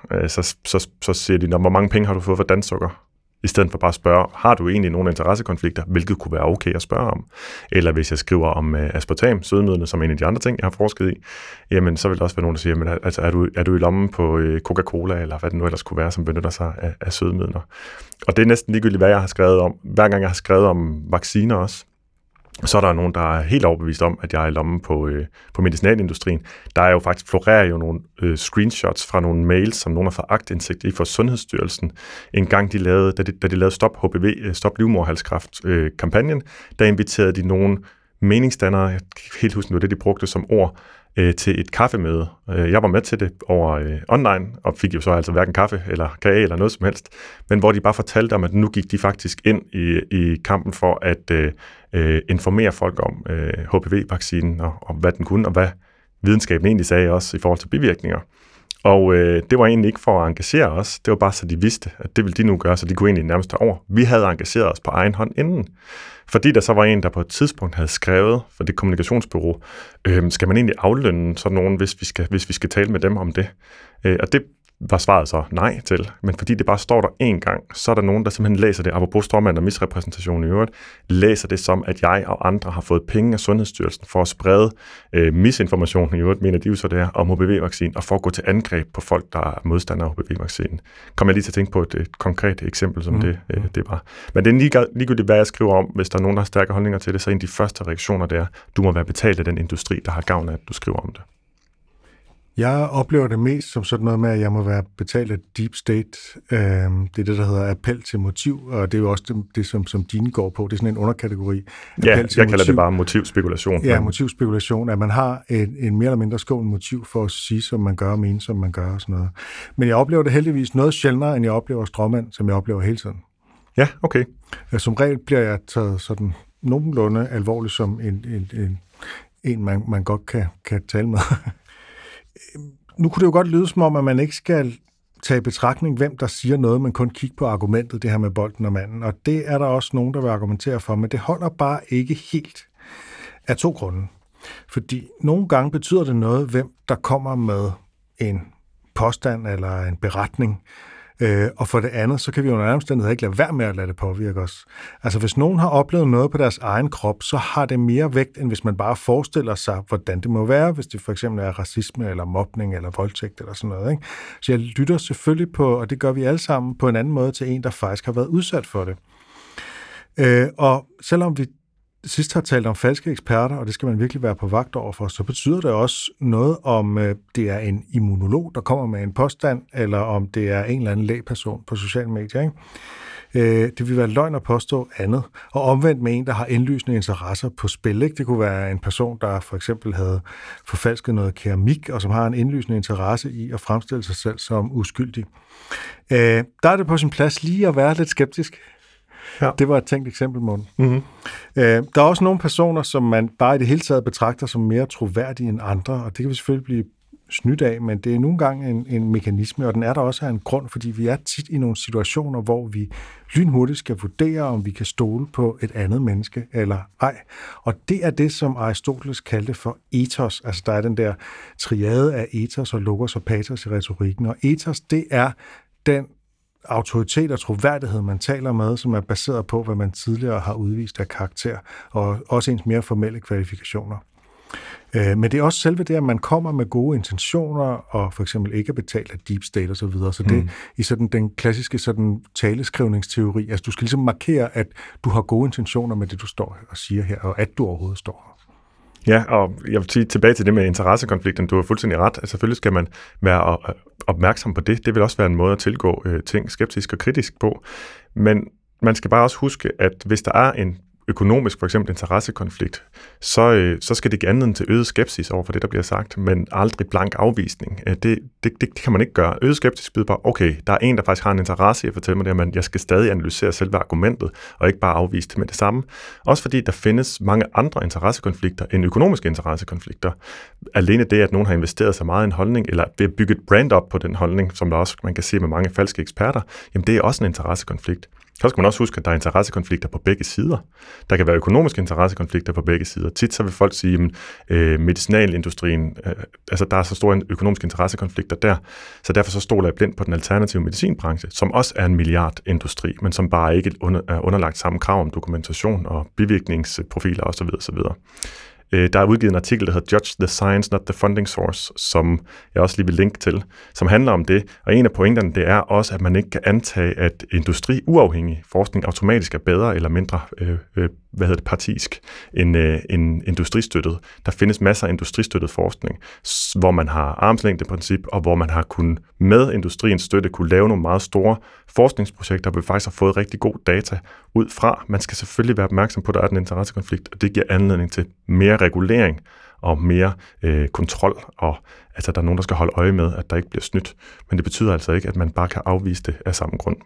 så siger de, hvor mange penge har du fået for danssukker? I stedet for bare at spørge, har du egentlig nogle interessekonflikter, hvilket kunne være okay at spørge om? Eller hvis jeg skriver om aspartam, sødemidlerne, som en af de andre ting, jeg har forsket i, jamen så vil der også være nogen, der siger, men altså, er du i lommen på Coca-Cola, eller hvad det nu ellers kunne være, som benytter sig af sødemidler? Og det er næsten ligegyldigt, hvad jeg har skrevet om. Hver gang jeg har skrevet om vacciner også, så er der nogen, der er helt overbevist om, at jeg er i lommen på medicinalindustrien. Der er jo faktisk florerer jo nogle screenshots fra nogle mails, som nogen har fået aktindsigt i fra Sundhedsstyrelsen. En gang da de lavede Stop livmoderhalskræft-kampagnen, der inviterede de nogle meningsdannere, jeg kan helt huske, det de brugte som ord, til et kaffemøde. Jeg var med til det over online, og fik jo så altså hverken kaffe eller kage eller noget som helst, men hvor de bare fortalte om, at nu gik de faktisk ind i kampen for at informere folk om HPV-vaccinen, og hvad den kunne, og hvad videnskaben egentlig sagde også i forhold til bivirkninger. Og det var egentlig ikke for at engagere os, det var bare så de vidste, at det ville de nu gøre, så de kunne egentlig nærmest tage over. Vi havde engageret os på egen hånd inden. Fordi der så var en, der på et tidspunkt havde skrevet for det kommunikationsbureau, skal man egentlig aflønne sådan nogen, hvis vi skal tale med dem om det? Og det var svaret så nej til, men fordi det bare står der én gang, så er der nogen, der simpelthen læser det, apropos stråmand og misrepræsentation i øvrigt, læser det som, at jeg og andre har fået penge af Sundhedsstyrelsen for at sprede misinformation i øvrigt, mener de jo så det er, om HPV-vaccinen, og for at gå til angreb på folk, der er modstandere af HPV-vaccinen. Kom jeg lige til at tænke på et konkret eksempel, som det var. Men det er ligegyldigt, hvad jeg skriver om, hvis der er nogen, der har stærke holdninger til det, så en af de første reaktioner, det er, du må være betalt af den industri, der har gavn af, at du skriver om det. Jeg oplever det mest som sådan noget med, at jeg må være betalt af deep state. Det er det, der hedder appel til motiv, og det er jo også det som dine går på. Det er sådan en underkategori. Ja, jeg kalder det bare motivspekulation. Ja, motivspekulation, at man har en mere eller mindre skålende motiv for at sige, som man gør, og mene, som man gør og sådan noget. Men jeg oplever det heldigvis noget sjældnere, end jeg oplever stråmand, som jeg oplever hele tiden. Ja, okay. Som regel bliver jeg taget sådan nogenlunde alvorligt som en man godt kan tale med. Nu kunne det jo godt lyde som om, at man ikke skal tage i betragtning, hvem der siger noget, men kun kigge på argumentet, det her med bolden og manden. Og det er der også nogen, der vil argumentere for, men det holder bare ikke helt af 2 grunde. Fordi nogle gange betyder det noget, hvem der kommer med en påstand eller en beretning. Og for det andet, så kan vi under andre omstændigheder ikke lade være med at lade det påvirke os. Altså hvis nogen har oplevet noget på deres egen krop, så har det mere vægt, end hvis man bare forestiller sig, hvordan det må være, hvis det for eksempel er racisme eller mobning eller voldtægt eller sådan noget. Ikke? Så jeg lytter selvfølgelig på, og det gør vi alle sammen, på en anden måde til en, der faktisk har været udsat for det. Og selvom vi sidst har talt om falske eksperter, og det skal man virkelig være på vagt over for, så betyder det også noget, om det er en immunolog, der kommer med en påstand, eller om det er en eller anden lægperson på sociale medier. Ikke? Det vil være løgn at påstå andet. Og omvendt med en, der har indlysende interesser på spil. Ikke? Det kunne være en person, der for eksempel havde forfalsket noget keramik, og som har en indlysende interesse i at fremstille sig selv som uskyldig. Der er det på sin plads lige at være lidt skeptisk. Ja. Det var et tænkt eksempel, Morten. Mm-hmm. Der er også nogle personer, som man bare i det hele taget betragter som mere troværdige end andre, og det kan vi selvfølgelig blive snydt af, men det er nogle gange en mekanisme, og den er der også af en grund, fordi vi er tit i nogle situationer, hvor vi lynhurtigt skal vurdere, om vi kan stole på et andet menneske eller ej. Og det er det, som Aristoteles kaldte for ethos. Altså der er den der triade af ethos og logos og pathos i retorikken, og ethos, det er den autoritet og troværdighed, man taler med, som er baseret på, hvad man tidligere har udvist af karakter, og også ens mere formelle kvalifikationer. Men det er også selve det, at man kommer med gode intentioner, og for eksempel ikke er betalt af deep state og så videre. Så det i sådan den klassiske sådan taleskrivningsteori, altså du skal ligesom markere, at du har gode intentioner med det, du står og siger her, og at du overhovedet står her. Ja, og jeg vil sige tilbage til det med interessekonflikten. Du har fuldstændig ret. Altså, selvfølgelig skal man være opmærksom på det. Det vil også være en måde at tilgå ting skeptisk og kritisk på. Men man skal bare også huske, at hvis der er en økonomisk, for eksempel interessekonflikt, så skal det give anledning til øget skepsis over for det, der bliver sagt, men aldrig blank afvisning. Det kan man ikke gøre. Øget skepsis betyder bare, okay, der er en, der faktisk har en interesse i at fortælle mig det, men jeg skal stadig analysere selve argumentet, og ikke bare afvise det med det samme. Også fordi der findes mange andre interessekonflikter end økonomiske interessekonflikter. Alene det, at nogen har investeret så meget i en holdning, eller ved at bygge et brand op på den holdning, som der også man kan se med mange falske eksperter, jamen det er også en interessekonflikt. Så skal man også huske, at der er interessekonflikter på begge sider. Der kan være økonomiske interessekonflikter på begge sider. Tit så vil folk sige, at medicinalindustrien, altså der er så store økonomiske interessekonflikter der, så derfor så stoler jeg blindt på den alternative medicinbranche, som også er en milliardindustri, men som bare ikke er underlagt samme krav om dokumentation og bivirkningsprofiler osv. osv. Der er udgivet en artikel, der hedder Judge the Science, Not the Funding Source, som jeg også lige vil linke til, som handler om det. Og en af pointerne, det er også, at man ikke kan antage, at industriuafhængig forskning automatisk er bedre eller mindre partisk end industristøttet. Der findes masser af industristøttet forskning, hvor man har armslængdeprincip, og hvor man har kunnet med industriens støtte kunne lave nogle meget store forskningsprojekter, hvor vi faktisk har fået rigtig god data ud fra. Man skal selvfølgelig være opmærksom på, at der er en interessekonflikt, og det giver anledning til mere regulering og mere kontrol, og altså der er nogen, der skal holde øje med, at der ikke bliver snydt. Men det betyder altså ikke, at man bare kan afvise det af samme grund.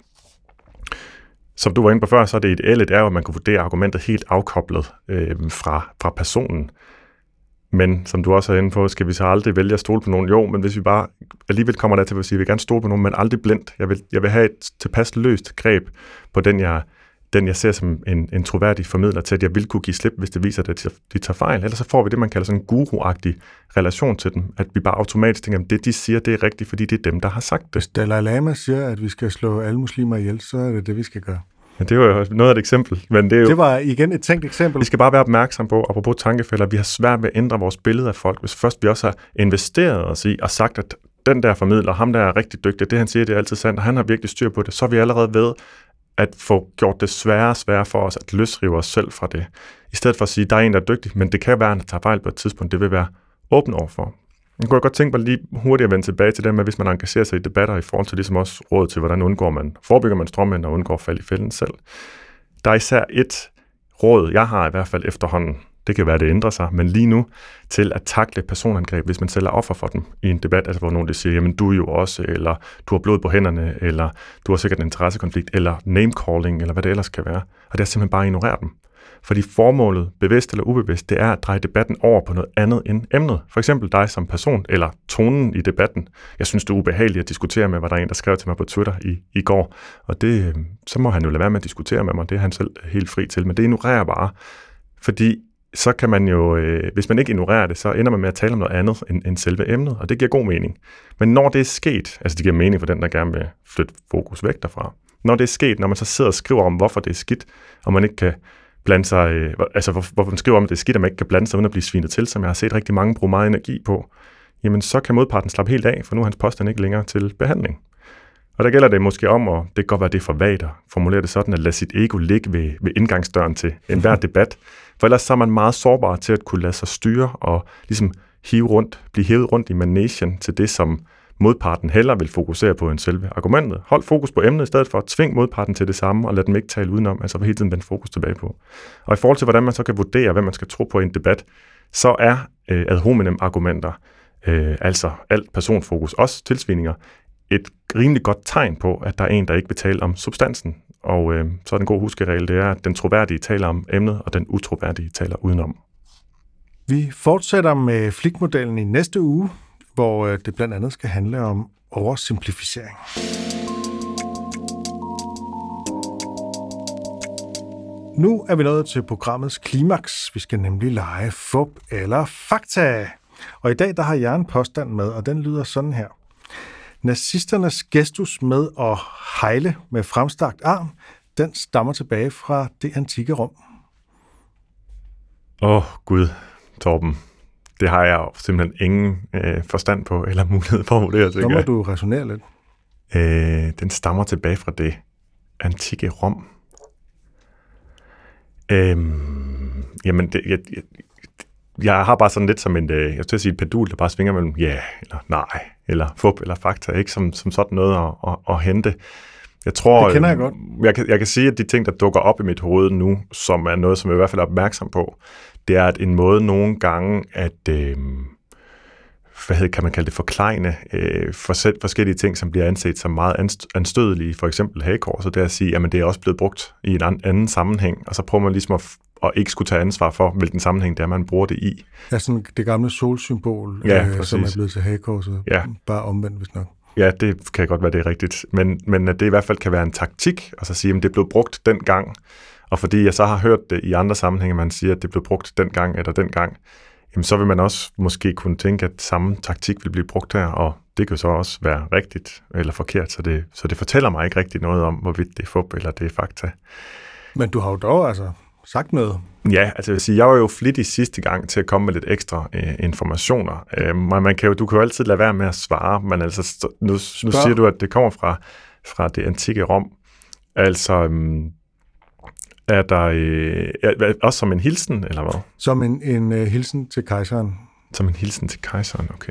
Som du var inde på før, så er det ideelle, det er jo, at man kan vurdere argumentet helt afkoblet fra personen. Men som du også er inde på, skal vi så aldrig vælge at stole på nogen? Jo, men hvis vi bare alligevel kommer der til at sige, at vi vil gerne stole på nogen, men aldrig blindt. Jeg vil have et tilpas løst greb på den jeg ser som en troværdig formidler til, at jeg vil kunne give slip, hvis det viser, at de tager fejl. Ellers så får vi det, man kalder sådan en guru-agtig relation til dem. At vi bare automatisk tænker, at det, de siger, det er rigtigt, fordi det er dem, der har sagt det. Hvis Dalai Lama siger, at vi skal slå alle muslimer ihjel, så er det det, vi skal gøre. Ja, det var jo noget af et eksempel. Men det var igen et tænkt eksempel. Vi skal bare være opmærksom på, apropos tankefælder, vi har svært ved at ændre vores billede af folk. Hvis først vi også har investeret os i og sagt, at den der formidler, ham der er rigtig dygtig, det han siger, det er altid sandt, og han har virkelig styr på det, så er vi allerede ved at få gjort det sværere for os at løsrive os selv fra det. I stedet for at sige, at der er en, der er dygtig, men det kan være, at han tager fejl på et tidspunkt. Det vil være åben overfor. Jeg kunne godt tænke mig lige hurtigt at vende tilbage til det med, hvis man engagerer sig i debatter i forhold til ligesom også råd til, hvordan forebygger man stråmænd og undgår fald i fælden selv. Der er især et råd, jeg har i hvert fald efterhånden, det kan være, det ændrer sig, men lige nu til at takle personangreb, hvis man selv er offer for dem i en debat, altså hvor nogen siger, jamen du er jo også, eller du har blod på hænderne, eller du har sikkert en interessekonflikt, eller name-calling, eller hvad det ellers kan være. Og det er simpelthen bare at ignorere dem. Fordi formålet, bevidst eller ubevidst, det er at dreje debatten over på noget andet end emnet. For eksempel dig som person, eller tonen i debatten. Jeg synes, det er ubehageligt at diskutere med, hvad der er en, der skrev til mig på Twitter i går. Og det, så må han jo lade være med at diskutere med mig, det er han selv helt fri til. Men det ignorerer bare, fordi så kan man jo, hvis man ikke ignorerer det, så ender man med at tale om noget andet end selve emnet, og det giver god mening. Men når det er sket, altså det giver mening for den, der gerne vil flytte fokus væk derfra. Når det er sket, når man så sidder og skriver om, hvorfor det er skidt, og man ikke kan blande sig, altså hvorfor man skriver om, at det er skidt, og man ikke kan blande sig uden at blive svinet til, som jeg har set rigtig mange bruge meget energi på, jamen så kan modparten slappe helt af, for nu er hans påstand ikke længere til behandling. Og der gælder det måske om, og det kan godt være, det er for vagt at formulere det sådan, at lade sit ego ligge ved indgangsdøren til enhver debat, for ellers så er man meget sårbar til at kunne lade sig styre og ligesom blive hævet rundt i managen til det, som modparten hellere vil fokusere på end selve argumentet. Hold fokus på emnet i stedet for at tvinge modparten til det samme, og lad dem ikke tale udenom, altså hele tiden vende fokus tilbage på. Og i forhold til, hvordan man så kan vurdere, hvad man skal tro på i en debat, så er ad hominem argumenter, altså alt personfokus, også tilsvininger, et rimelig godt tegn på, at der er en, der ikke vil tale om substansen. Og så er den gode huskeregel, det er, at den troværdige taler om emnet, og den utroværdige taler udenom. Vi fortsætter med flikmodellen i næste uge, hvor det blandt andet skal handle om oversimplificering. Nu er vi nået til programmets klimaks. Vi skal nemlig lege fup eller fakta. Og i dag der har jeg en påstand med, og den lyder sådan her. Nazisternes gestus med at hejle med fremstrakt arm, den stammer tilbage fra det antikke Rom. Gud, Torben. Det har jeg jo simpelthen ingen forstand på, eller mulighed for at vurdere. Så må du resonere lidt. Den stammer tilbage fra det antikke Rom. Jamen, jeg har bare sådan lidt som jeg skal sige et pendul, der bare svinger mellem ja, eller nej, eller fup, eller fakta, ikke som sådan noget at hente. Jeg tror, det kender jeg godt. Jeg kan sige, at de ting, der dukker op i mit hoved nu, som er noget, som jeg i hvert fald er opmærksom på, det er at en måde nogle gange at, kan man kalde det, forklejne forskellige ting, som bliver anset som meget anstødelige, for eksempel hagekorset, det er at sige, at det er også blevet brugt i en anden sammenhæng, og så prøver man ligesom at ikke skulle tage ansvar for, hvilken sammenhæng det er, man bruger det i. Ja, sådan det gamle solsymbol, som er blevet til hagekorset, bare omvendt, hvis nok. Ja, det kan godt være, det er rigtigt. Men at det i hvert fald kan være en taktik, og så sige, at det blev brugt dengang. Og fordi jeg så har hørt det i andre sammenhænge, man siger, at det blev brugt dengang eller dengang, jamen så vil man også måske kunne tænke, at samme taktik vil blive brugt her, og det kan så også være rigtigt eller forkert, så det fortæller mig ikke rigtig noget om, hvorvidt det er fup eller det er fakta. Men du har jo dog sagt noget. Ja, altså jeg vil sige, jeg var jo flittig sidste gang til at komme med lidt ekstra informationer. Du kan jo altid lade være med at svare, men altså nu siger du, at det kommer fra det antikke Rom. Altså er der også som en hilsen, eller hvad? Som en hilsen til kejseren. Som en hilsen til kejseren, okay.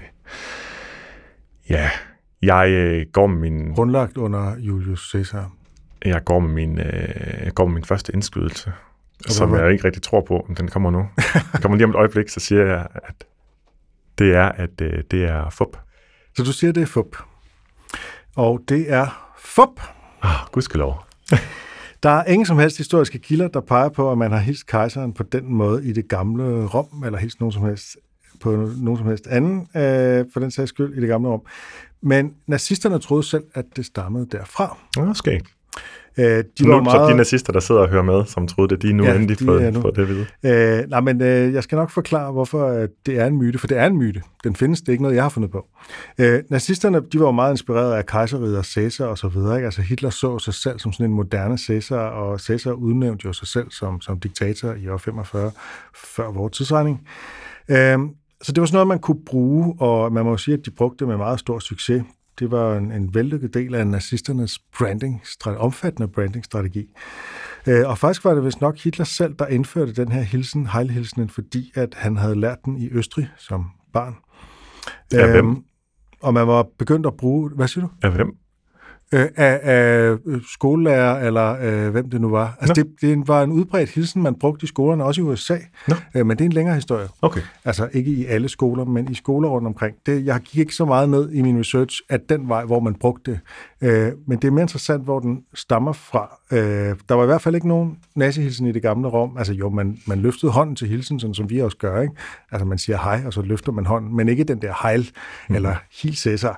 Ja, jeg går med min... Grundlagt under Julius Caesar. Jeg går med min første indskydelse, som jeg ikke rigtig tror på, men den kommer nu. Den kommer lige om et øjeblik, så siger jeg, at det er fup. Så du siger, det er fup. Og det er fup. Gudskelov. Der er ingen som helst historiske kilder, der peger på, at man har hilst kejseren på den måde i det gamle Rom, eller hilst nogen som helst på nogen som helst anden, for den sags skyld, i det gamle Rom. Men nazisterne troede selv, at det stammede derfra. Okay. Så de nazister, der sidder og hører med, som troede det, de er nu endelig fået det at vide. Jeg skal nok forklare, hvorfor det er en myte, for det er en myte. Den findes, det er ikke noget, jeg har fundet på. Nazisterne, de var jo meget inspireret af kejserriget og Caesar og så videre. Ikke? Altså Hitler så sig selv som sådan en moderne Caesar, og Caesar udnævnte jo sig selv som diktator i år 45, før vores tidsregning. Så det var sådan noget, man kunne bruge, og man må jo sige, at de brugte det med meget stor succes. Det var en vellykket del af nazisternes omfattende brandingstrategi. Og faktisk var det vist nok Hitler selv, der indførte den her hilsen, Heil-hilsenen, fordi at han havde lært den i Østrig som barn. Af hvem? Og man var begyndt at bruge... Hvad siger du? Af hvem? Af skolelærer, eller hvem det nu var. Altså, det var en udbredt hilsen, man brugte i skolerne, også i USA. Men det er en længere historie. Okay. Altså, ikke i alle skoler, men i skoler rundt omkring. Jeg gik ikke så meget ned i min research, at den vej, hvor man brugte det. Men det er mere interessant, hvor den stammer fra. Der var i hvert fald ikke nogen nazihilsen i det gamle Rom. Altså jo, man løftede hånden til hilsen, sådan som vi også gør, ikke? Altså, man siger hej, og så løfter man hånden, men ikke den der hejl, eller hil Cæsar.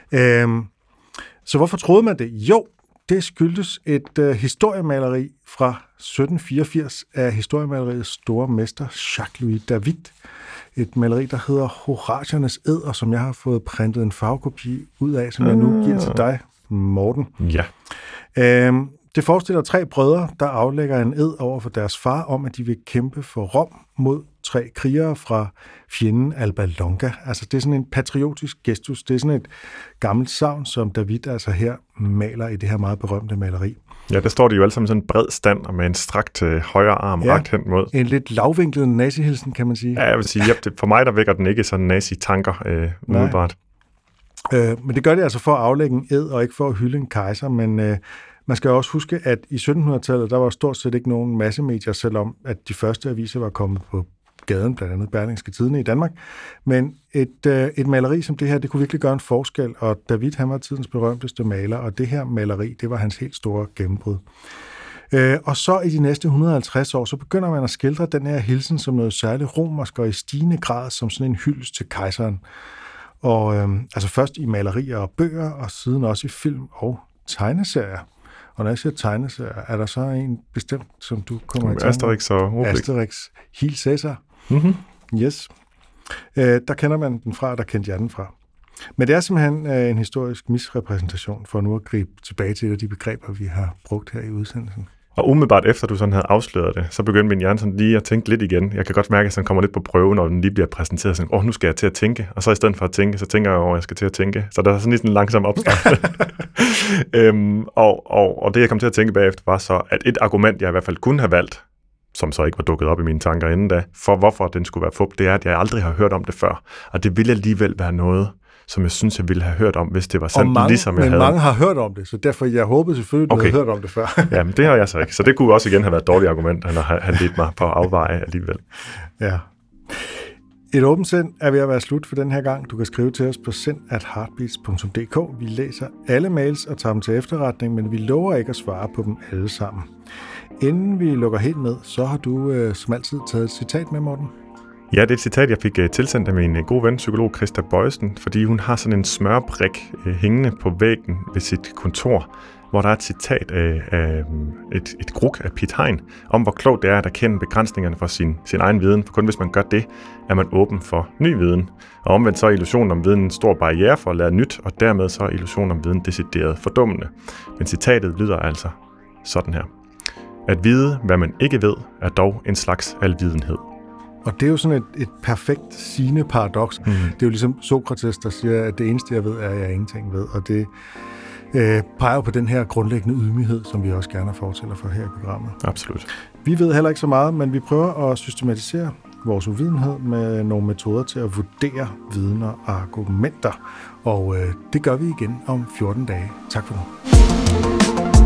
Så hvorfor troede man det? Jo, det skyldtes et historiemaleri fra 1784 af historiemaleriets store mester Jacques-Louis David. Et maleri, der hedder Horatiernes Ed, og som jeg har fået printet en farvekopi ud af, som jeg nu giver til dig, Morten. Ja. Det forestiller 3 brødre, der aflægger en ed over for deres far om, at de vil kæmpe for Rom mod 3 krigere fra fjenden Alba Longa. Altså det er sådan en patriotisk gestus. Det er sådan et gammelt sagn, som David altså her maler i det her meget berømte maleri. Ja, der står de jo alle sammen sådan en bred stand og med en strakt højre arm rakt hen mod. En lidt lavvinklet nazihilsen, kan man sige. Ja, jeg vil sige, for mig der vækker den ikke sådan nazi-tanker umiddelbart. Men det gør det altså for at aflægge en ed og ikke for at hylde en kejser, men man skal også huske, at i 1700-tallet, der var stort set ikke nogen massemedier, selvom at de første aviser var kommet på gaden, blandt andet Berlingske Tidende i Danmark. Men et maleri som det her, det kunne virkelig gøre en forskel, og David, han var tidens berømteste maler, og det her maleri, det var hans helt store gennembrud. Og så i de næste 150 år, så begynder man at skildre den her hilsen som noget særligt romersk, og i stigende grad som sådan en hyldest til kejseren. Og altså først i malerier og bøger, og siden også i film og tegneserier. Og når jeg siger tegneserier, er der så en bestemt, som du kommer i tanke om? Asterix og Obelix. Asterix, Hil Cæsar. Mm-hmm. Yes. Der kender man den fra, og der kendte jeg den fra. Men det er simpelthen en historisk misrepræsentation, for nu at gribe tilbage til et af de begreber, vi har brugt her i udsendelsen. Og umiddelbart efter du sådan havde afsløret det, så begyndte min hjerne sådan lige at tænke lidt igen. Jeg kan godt mærke, at den kommer lidt på prøve, når den lige bliver præsenteret. Sådan, nu skal jeg til at tænke. Og så i stedet for at tænke, så tænker jeg over, at jeg skal til at tænke. Så der er sådan lige sådan en langsom opstart. Og det, jeg kom til at tænke bagefter, var så, at et argument, jeg i hvert fald kunne have valgt, som så ikke var dukket op i mine tanker inden da, for hvorfor den skulle være fup, det er, at jeg aldrig har hørt om det før. Og det ville alligevel være noget, som jeg synes, jeg ville have hørt om, hvis det var sandt, ligesom jeg havde. Men mange har hørt om det, så derfor jeg håbede selvfølgelig, du havde hørt om det før. Jamen, det har jeg så ikke. Så det kunne også igen have været et dårligt argument, at have ledt mig på afveje alligevel. Ja. Et åbent sind er ved at være slut for den her gang. Du kan skrive til os på send@heartbeats.dk. Vi læser alle mails og tager dem til efterretning, men vi lover ikke at svare på dem alle sammen. Inden vi lukker helt ned, så har du som altid taget et citat med, Morten. Ja, det er et citat, jeg fik tilsendt af min gode ven, psykolog Christa Bøjsen, fordi hun har sådan en smørbrik hængende på væggen ved sit kontor, hvor der er et citat af et gruk af Piet Hein, om hvor klogt det er at erkende begrænsningerne for sin egen viden, for kun hvis man gør det, er man åben for ny viden. Og omvendt så er illusionen om viden en stor barriere for at lære nyt, og dermed så er illusionen om viden decideret fordummende. Men citatet lyder altså sådan her. At vide, hvad man ikke ved, er dog en slags alvidenhed. Og det er jo sådan et perfekt sigende paradoks. Det er jo ligesom Sokrates, der siger, at det eneste, jeg ved, er, at jeg ingenting ved. Og det peger på den her grundlæggende ydmyghed, som vi også gerne fortæller for her i programmet. Absolut. Vi ved heller ikke så meget, men vi prøver at systematisere vores uvidenhed med nogle metoder til at vurdere viden og argumenter. Og det gør vi igen om 14 dage. Tak for nu.